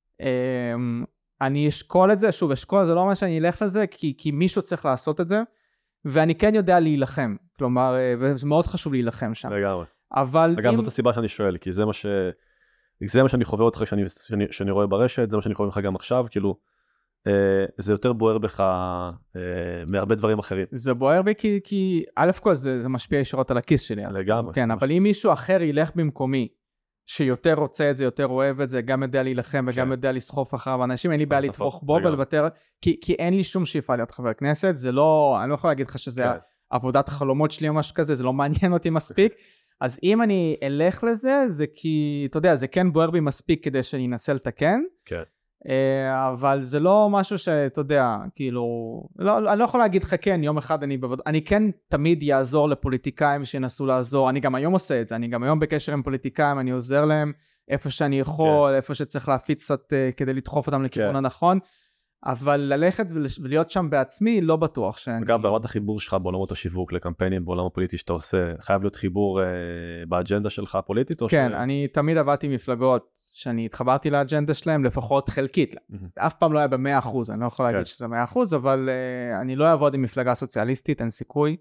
אני אשקול את זה, שוב, אשקול זה לא אומר שאני אלך לזה, כי מישהו צריך לעשות את זה, ואני כן יודע להילחם, כלומר, וזה מאוד חשוב להילחם שם. לגמרי. אבל אגב, זאת הסיבה שאני שואל, כי זה מה שאני חווה אותך שאני רואה ברשת, זה מה שאני חווה ממך גם עכשיו, כאילו, זה יותר בוער בך מהרבה דברים אחרים. זה בוער בי כי א' כל זה משפיע ישירות על הכיס שלי. לגמרי. כן, אבל אם מישהו אחר ילך במקומי, שיותר רוצה את זה, יותר אוהב את זה, גם יודע להילחם וגם יודע לסחוף אחריו אנשים, אין לי בעיה לתמוך בו ולוותר, כי אין לי שום שאיפה להיות חבר כנסת, זה לא, אני לא יכול להגיד לך שזה עבודת חלומות שלי או משהו כזה, זה לא מעניין אותי מספיק, אז אם אני אלך לזה, זה כי, אתה יודע, זה כן בוער בי מספיק כדי שאני אנסה לתקן, כן. אבל זה לא משהו שאתה יודע, כאילו, אני לא יכול להגיד לך כן, יום אחד אני כן תמיד יעזור לפוליטיקאים שינסו לעזור, אני גם היום עושה את זה, אני גם היום בקשר עם פוליטיקאים, אני עוזר להם איפה שאני יכול, איפה שצריך להפיץ קצת כדי לדחוף אותם לכיוון הנכון, אבל ללכת ולהיות שם בעצמי לא בטוח שאני... וגם ברמת החיבור שלך בעולמות השיווק לקמפיינים, בעולם הפוליטי שאתה עושה, חייב להיות חיבור באג'נדה שלך הפוליטית? כן, אני תמיד עבדתי מפלגות שאני התחברתי לאג'נדה שלהם, לפחות חלקית. אף פעם לא היה ב100%, אני לא יכול להגיד שזה 100%, אבל אני לא אעבוד עם מפלגה סוציאליסטית, אין סיכוי.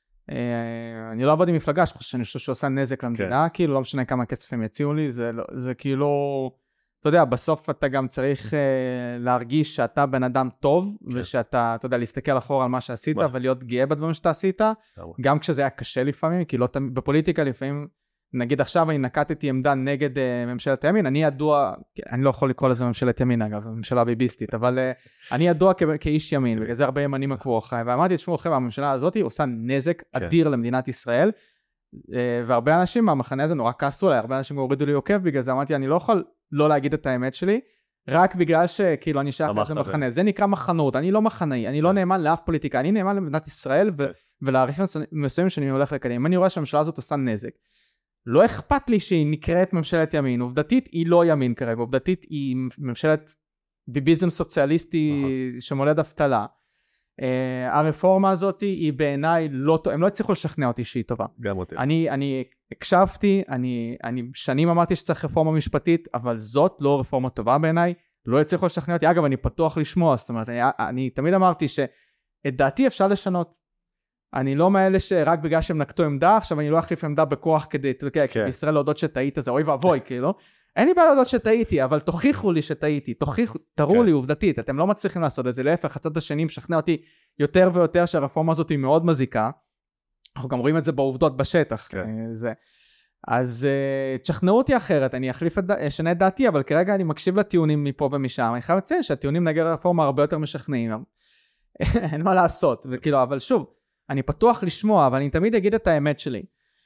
אני לא אעבוד עם מפלגה שאני חושב שעושה נזק למדינה, כאילו לא משנה כמה כסף הם יציעו לי, זה כאילו... אתה יודע, בסוף אתה גם צריך להרגיש שאתה בן אדם טוב, ושאתה, אתה יודע, להסתכל אחורה על מה שעשית, ולהיות גאה בדברים שאתה עשית, גם כשזה היה קשה לפעמים, כי לא תמיד, בפוליטיקה לפעמים, נגיד עכשיו אני נקטתי עמדה נגד ממשלת הימין, אני ידוע, אני לא יכול לקרוא לזה ממשלת ימין אגב, ממשלה ביביסטית, אבל אני ידוע כאיש ימין, בגלל זה הרבה ימנים עקבו אחריי, ואמרתי, תשמעו לכם, הממשלה הזאת עושה נזק אדיר למדינת ישראל, והרבה אנשים מהמחנה הזה נורא כעסו עליי, הרבה אנשים הורידו לי עוקב, בגלל זה אמרתי, אני לא יכול לא להגיד את האמת שלי, רק בגלל שכאילו אני שייך לזה מחנה, זה נקרא מחנות, אני לא מחנאי, אני לא נאמן לאף פוליטיקה, אני נאמן למדינת ישראל, ולערכים מסוימים שאני הולך לקדם, אם אני רואה שהממשלה הזאת עושה נזק, לא אכפת לי שהיא נקראת ממשלת ימין, עובדתית היא לא ימין כרגע, עובדתית היא ממשלת ביביזם סוציאליסטי שמולד אבטלה, הרפורמה הזאת היא בעיניי לא טובה, הם לא הצליחו לשכנע אותי שהיא טובה. גם אותי. אני הקשבתי, אני שנים אמרתי שצריך רפורמה משפטית, אבל זאת לא רפורמה טובה בעיניי, לא הצליחו לשכנע אותי, אגב אני פתוח לשמוע, זאת אומרת, אני תמיד אמרתי שאת דעתי אפשר לשנות, אני לא מאלה שרק בגלל שהם נקטו עמדה, עכשיו אני לא אחליף עמדה בכוח כדי, כי בישראל להודות שטעית זה אוי ואבוי, כאילו, אין לי בעיה להודות שטעיתי, אבל תוכיחו לי שטעיתי, תראו לי עובדתית, אתם לא מצליחים לעשות את זה, להפך, הצד השני משכנע אותי יותר ויותר שהרפורמה הזאת היא מאוד מזיקה, אנחנו גם רואים את זה בעובדות בשטח, אז תשכנעו אותי אחרת, אני אשנה את דעתי, אבל כרגע אני מקשיב לטיעונים מפה ומשם, אני חייב לציין שהטיעונים נגד הרפורמה הרבה יותר משכנעים, אין מה לעשות, וכאילו, אבל שוב, אני פתוח לשמוע, אבל אני תמיד אגיד את האמת שלי,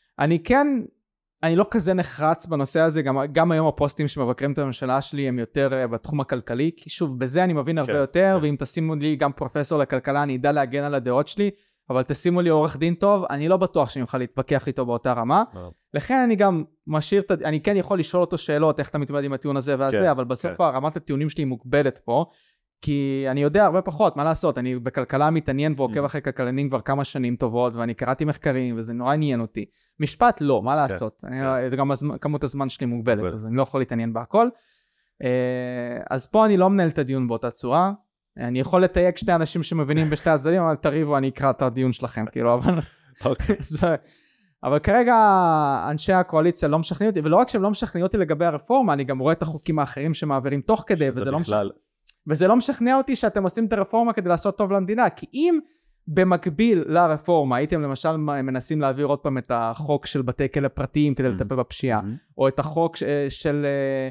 אני לא כזה נחרץ בנושא הזה, גם היום הפוסטים שמבקרים את הממשלה שלי הם יותר בתחום הכלכלי, כי שוב, בזה אני מבין הרבה יותר, ואם תשימו לי גם פרופסור לכלכלה, אני אדע להגן על הדעות שלי, אבל תשימו לי עורך דין טוב, אני לא בטוח שאני אוכל להתווכח איתו באותה רמה, לכן אני גם משאיר, אני כן יכול לשאול אותו שאלות, איך אתה מתמודד עם הטיעון הזה והזה, אבל בסוף הרמת הטיעונים שלי מוגבלת פה, כי אני יודע הרבה פחות, מה לעשות, אני בכלכלה מתעניין ועוקב אחרי כלכלנים כבר כמה שנים טובות, ואני קראתי מחקרים, וזה נורא עניין אותי. משפט לא, מה לעשות? גם כמות הזמן שלי מוגבלת, אז אני לא יכול להתעניין בהכל. אז פה אני לא מנהל את הדיון באותה צורה, אני יכול לתייג שני אנשים שמבינים בשתי הצדדים, אבל תריבו, אני אקרא את הדיון שלכם, כאילו, אבל כרגע אנשי הקואליציה לא משכנעים אותי, ולא רק שהם לא משכנעים אותי לגבי הרפורמה, אני גם רואה את החוקים האחרים שמעבירים תוך כדי, וזה לא משכנע אותי שאתם עושים את הרפורמה כדי לעשות טוב למדינה, כי אם במקביל לרפורמה הייתם למשל מנסים להעביר עוד פעם את החוק של בתי כלא פרטיים כדי לטפל בפשיעה, או את החוק של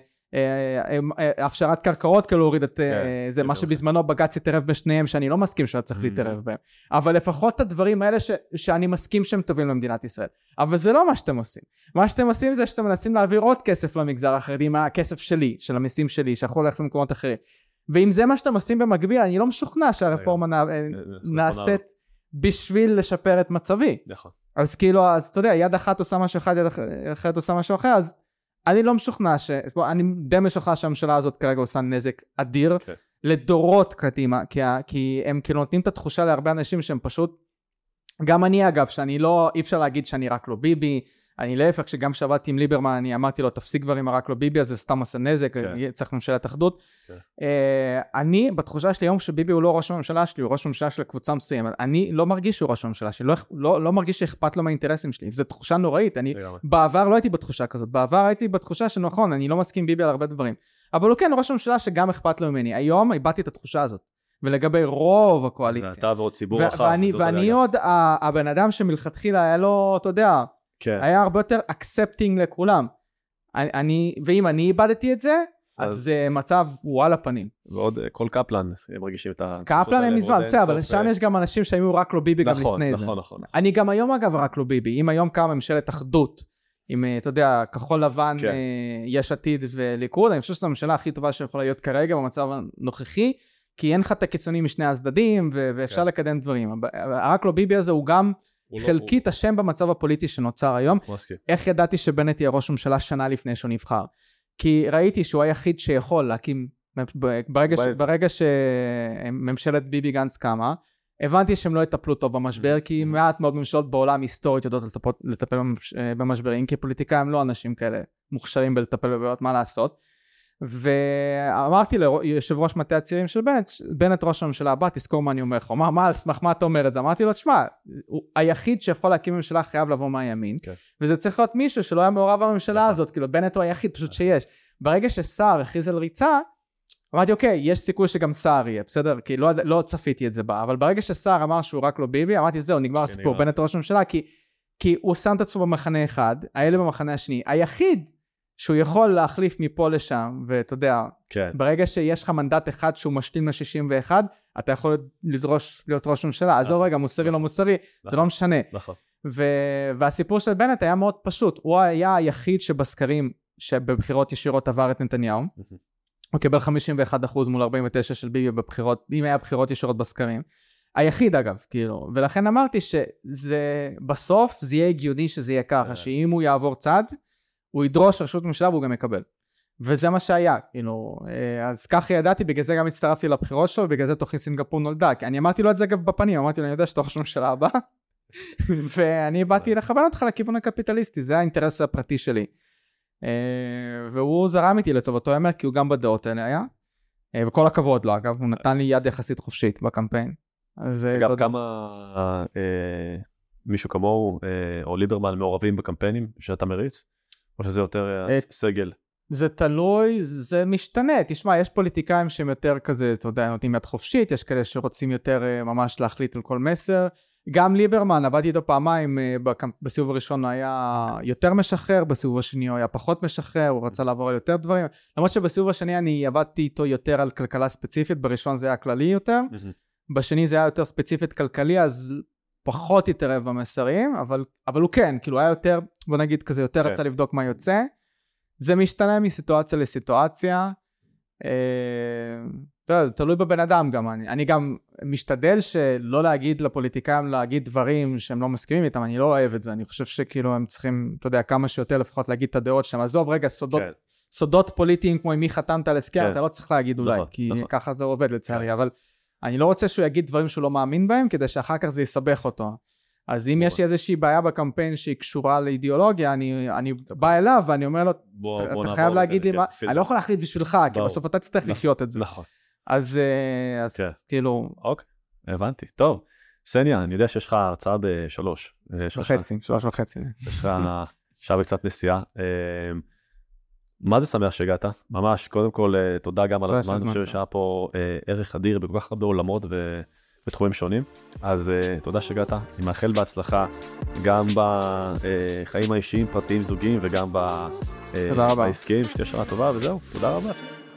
הפשרת קרקעות כדי להוריד את זה, מה שבזמנו בג"ץ התערב בשניהם שאני לא מסכים שהיה צריך להתערב בהם, אבל לפחות את הדברים האלה שאני מסכים שהם טובים למדינת ישראל, אבל זה לא מה שאתם עושים. מה שאתם עושים זה שאתם מנסים להעביר עוד כסף למגזר החרדי, מהכסף שלי, של המיסים שלי, שיכול ללכת למקומות אחרים. ואם זה מה שאתם עושים במקביל, אני לא משוכנע שהרפורמה נעשית בשביל לשפר את מצבי. אז כאילו, אז אתה יודע, יד אחת עושה משהו אחד, יד אחת עושה משהו אחר, אז אני לא משוכנע, אני די משוכנע שהממשלה הזאת כרגע עושה נזק אדיר, לדורות קדימה, כי הם כאילו נותנים את התחושה להרבה אנשים שהם פשוט, גם אני אגב, שאני לא, אי אפשר להגיד שאני רק לא ביבי, אני להפך, שגם שעבדתי עם ליברמן, אני אמרתי לו, תפסיק כבר עם הרק לא ביבי, אז זה סתם עושה נזק, צריך ממשלת אחדות. אני, בתחושה שלי היום שביבי הוא לא ראש הממשלה שלי, הוא ראש הממשלה של קבוצה מסוימת, אני לא מרגיש שהוא ראש הממשלה שלי, לא מרגיש שאכפת לו מהאינטרסים שלי, זו תחושה נוראית, אני בעבר לא הייתי בתחושה כזאת, בעבר הייתי בתחושה שנכון, אני לא מסכים ביבי על הרבה דברים, אבל הוא כן ראש הממשלה שגם אכפת לו ממני, היום איבדתי את התחושה הזאת, ולגבי רוב הקואליציה. ואתה ועוד ציבור אחר. ואני עוד, הבן אדם שמלכתחילה היה לו, אתה יודע, היה הרבה יותר accepting לכולם. ואם אני איבדתי את זה, אז מצב הוא על הפנים. ועוד כל קפלן, הם מרגישים את קפלן הם מזמן, בסדר, אבל שם יש גם אנשים שהיו רק לא ביבי גם לפני זה. נכון. אני גם היום אגב רק לא ביבי, אם היום קמה ממשלת אחדות, עם, אתה יודע, כחול לבן, יש עתיד וליכוד, אני חושב שזו הממשלה הכי טובה שיכולה להיות כרגע במצב הנוכחי, כי אין לך את הקיצונים משני הצדדים, ואפשר לקדם דברים. רק לא ביבי הזה הוא גם חלקית השם במצב הפוליטי שנוצר היום. איך ידעתי שבנט יהיה ראש ממשלה שנה לפני שהוא נבחר? כי ראיתי שהוא היחיד שיכול להקים, ברגע שממשלת ביבי גנץ קמה, הבנתי שהם לא יטפלו טוב במשבר, כי מעט מאוד ממשלות בעולם היסטורית יודעות לטפל במשברים, כי פוליטיקאים הם לא אנשים כאלה מוכשרים בלטפל בבעיות, מה לעשות. ואמרתי ליושב ראש מטה הצעירים של בנט ראש הממשלה הבא, תזכור מה אני אומר לך, מה על סמך מה אתה אומר את זה? אמרתי לו, תשמע, היחיד שיכול להקים ממשלה חייב לבוא מהימין, וזה צריך להיות מישהו שלא היה מעורב בממשלה הזאת, כאילו בנט הוא היחיד פשוט שיש. ברגע ששר הכריז על ריצה, אמרתי, אוקיי, יש סיכוי שגם שר יהיה, בסדר? כי לא צפיתי את זה בה, אבל ברגע ששר אמר שהוא רק לא ביבי, אמרתי, זהו, נגמר הסיפור, בנט ראש הממשלה, כי הוא שם את עצמו במחנה אחד, האלה במחנה השני, היחיד שהוא יכול להחליף מפה לשם, ואתה יודע, ברגע שיש לך מנדט אחד שהוא משלים ל-61, אתה יכול להיות ראש ממשלה, אז זהו רגע, מוסרי לא מוסרי, זה לא משנה. והסיפור של בנט היה מאוד פשוט, הוא היה היחיד שבסקרים, שבבחירות ישירות עבר את נתניהו, הוא קיבל 51% מול 49% של ביבי בבחירות, אם היה בחירות ישירות בסקרים, היחיד אגב, כאילו, ולכן אמרתי שזה, בסוף זה יהיה הגיוני שזה יהיה ככה, שאם הוא יעבור צד, הוא ידרוש רשות ממשלה והוא גם יקבל. וזה מה שהיה, כאילו, אז ככה ידעתי, בגלל זה גם הצטרפתי לבחירות שלו, ובגלל זה תוכי סינגפור נולדה, כי אני אמרתי לו את זה אגב בפנים, אמרתי לו, אני יודע שאתה ראש ממשלה הבא, ואני באתי לכוון אותך לכיוון הקפיטליסטי, זה האינטרס הפרטי שלי. והוא זרם איתי לטובתו, אמר, כי הוא גם בדעות האלה היה, וכל הכבוד לו, אגב, הוא נתן לי יד יחסית חופשית בקמפיין. אגב, כמה מישהו כמוהו, או ליברמן, מעורבים בקמפיינים שאתה מריץ? או שזה יותר סגל? זה תלוי, זה משתנה. תשמע, יש פוליטיקאים שהם יותר כזה, אתה יודע, נותנים יד חופשית, יש כאלה שרוצים יותר ממש להחליט על כל מסר. גם ליברמן, עבדתי איתו פעמיים, בסיבוב הראשון היה יותר משחרר, בסיבוב השני הוא היה פחות משחרר, הוא רצה לעבור על יותר דברים. למרות שבסיבוב השני אני עבדתי איתו יותר על כלכלה ספציפית, בראשון זה היה כללי יותר, בשני זה היה יותר ספציפית כלכלי, אז פחות התערב במסרים, אבל הוא כן, כאילו היה יותר, בוא נגיד כזה, יותר רצה לבדוק מה יוצא. זה משתנה מסיטואציה לסיטואציה, תלוי בבן אדם גם, אני גם משתדל שלא להגיד לפוליטיקאים להגיד דברים שהם לא מסכימים איתם, אני לא אוהב את זה, אני חושב שכאילו הם צריכים, אתה יודע, כמה שיותר לפחות להגיד את הדעות שלהם, עזוב רגע, סודות פוליטיים כמו עם מי חתמת על הסכם, אתה לא צריך להגיד אולי, כי ככה זה עובד לצערי, אבל אני לא רוצה שהוא יגיד דברים שהוא לא מאמין בהם, כדי שאחר כך זה יסבך אותו. אז אם יש איזושהי בעיה בקמפיין שהיא קשורה לאידיאולוגיה, אני בא אליו ואני אומר לו, אתה חייב להגיד לי מה, אני לא יכול להחליט בשבילך, כי בסוף אתה תצטרך לחיות את זה. נכון. אז כאילו... אוקיי, הבנתי. טוב, סניה, אני יודע שיש לך הרצאה בשלוש. 3:30. יש לך שעה וקצת נסיעה. מה זה שמח שהגעת? ממש, קודם כל, תודה גם על הזמן. אני חושב שהיה פה ערך אדיר בכל כך הרבה עולמות ובתחומים שונים. אז תודה שהגעת. אני מאחל בהצלחה גם בחיים האישיים, פרטיים, זוגיים, וגם בעסקיים. שתהיה שנה טובה, וזהו. תודה רבה.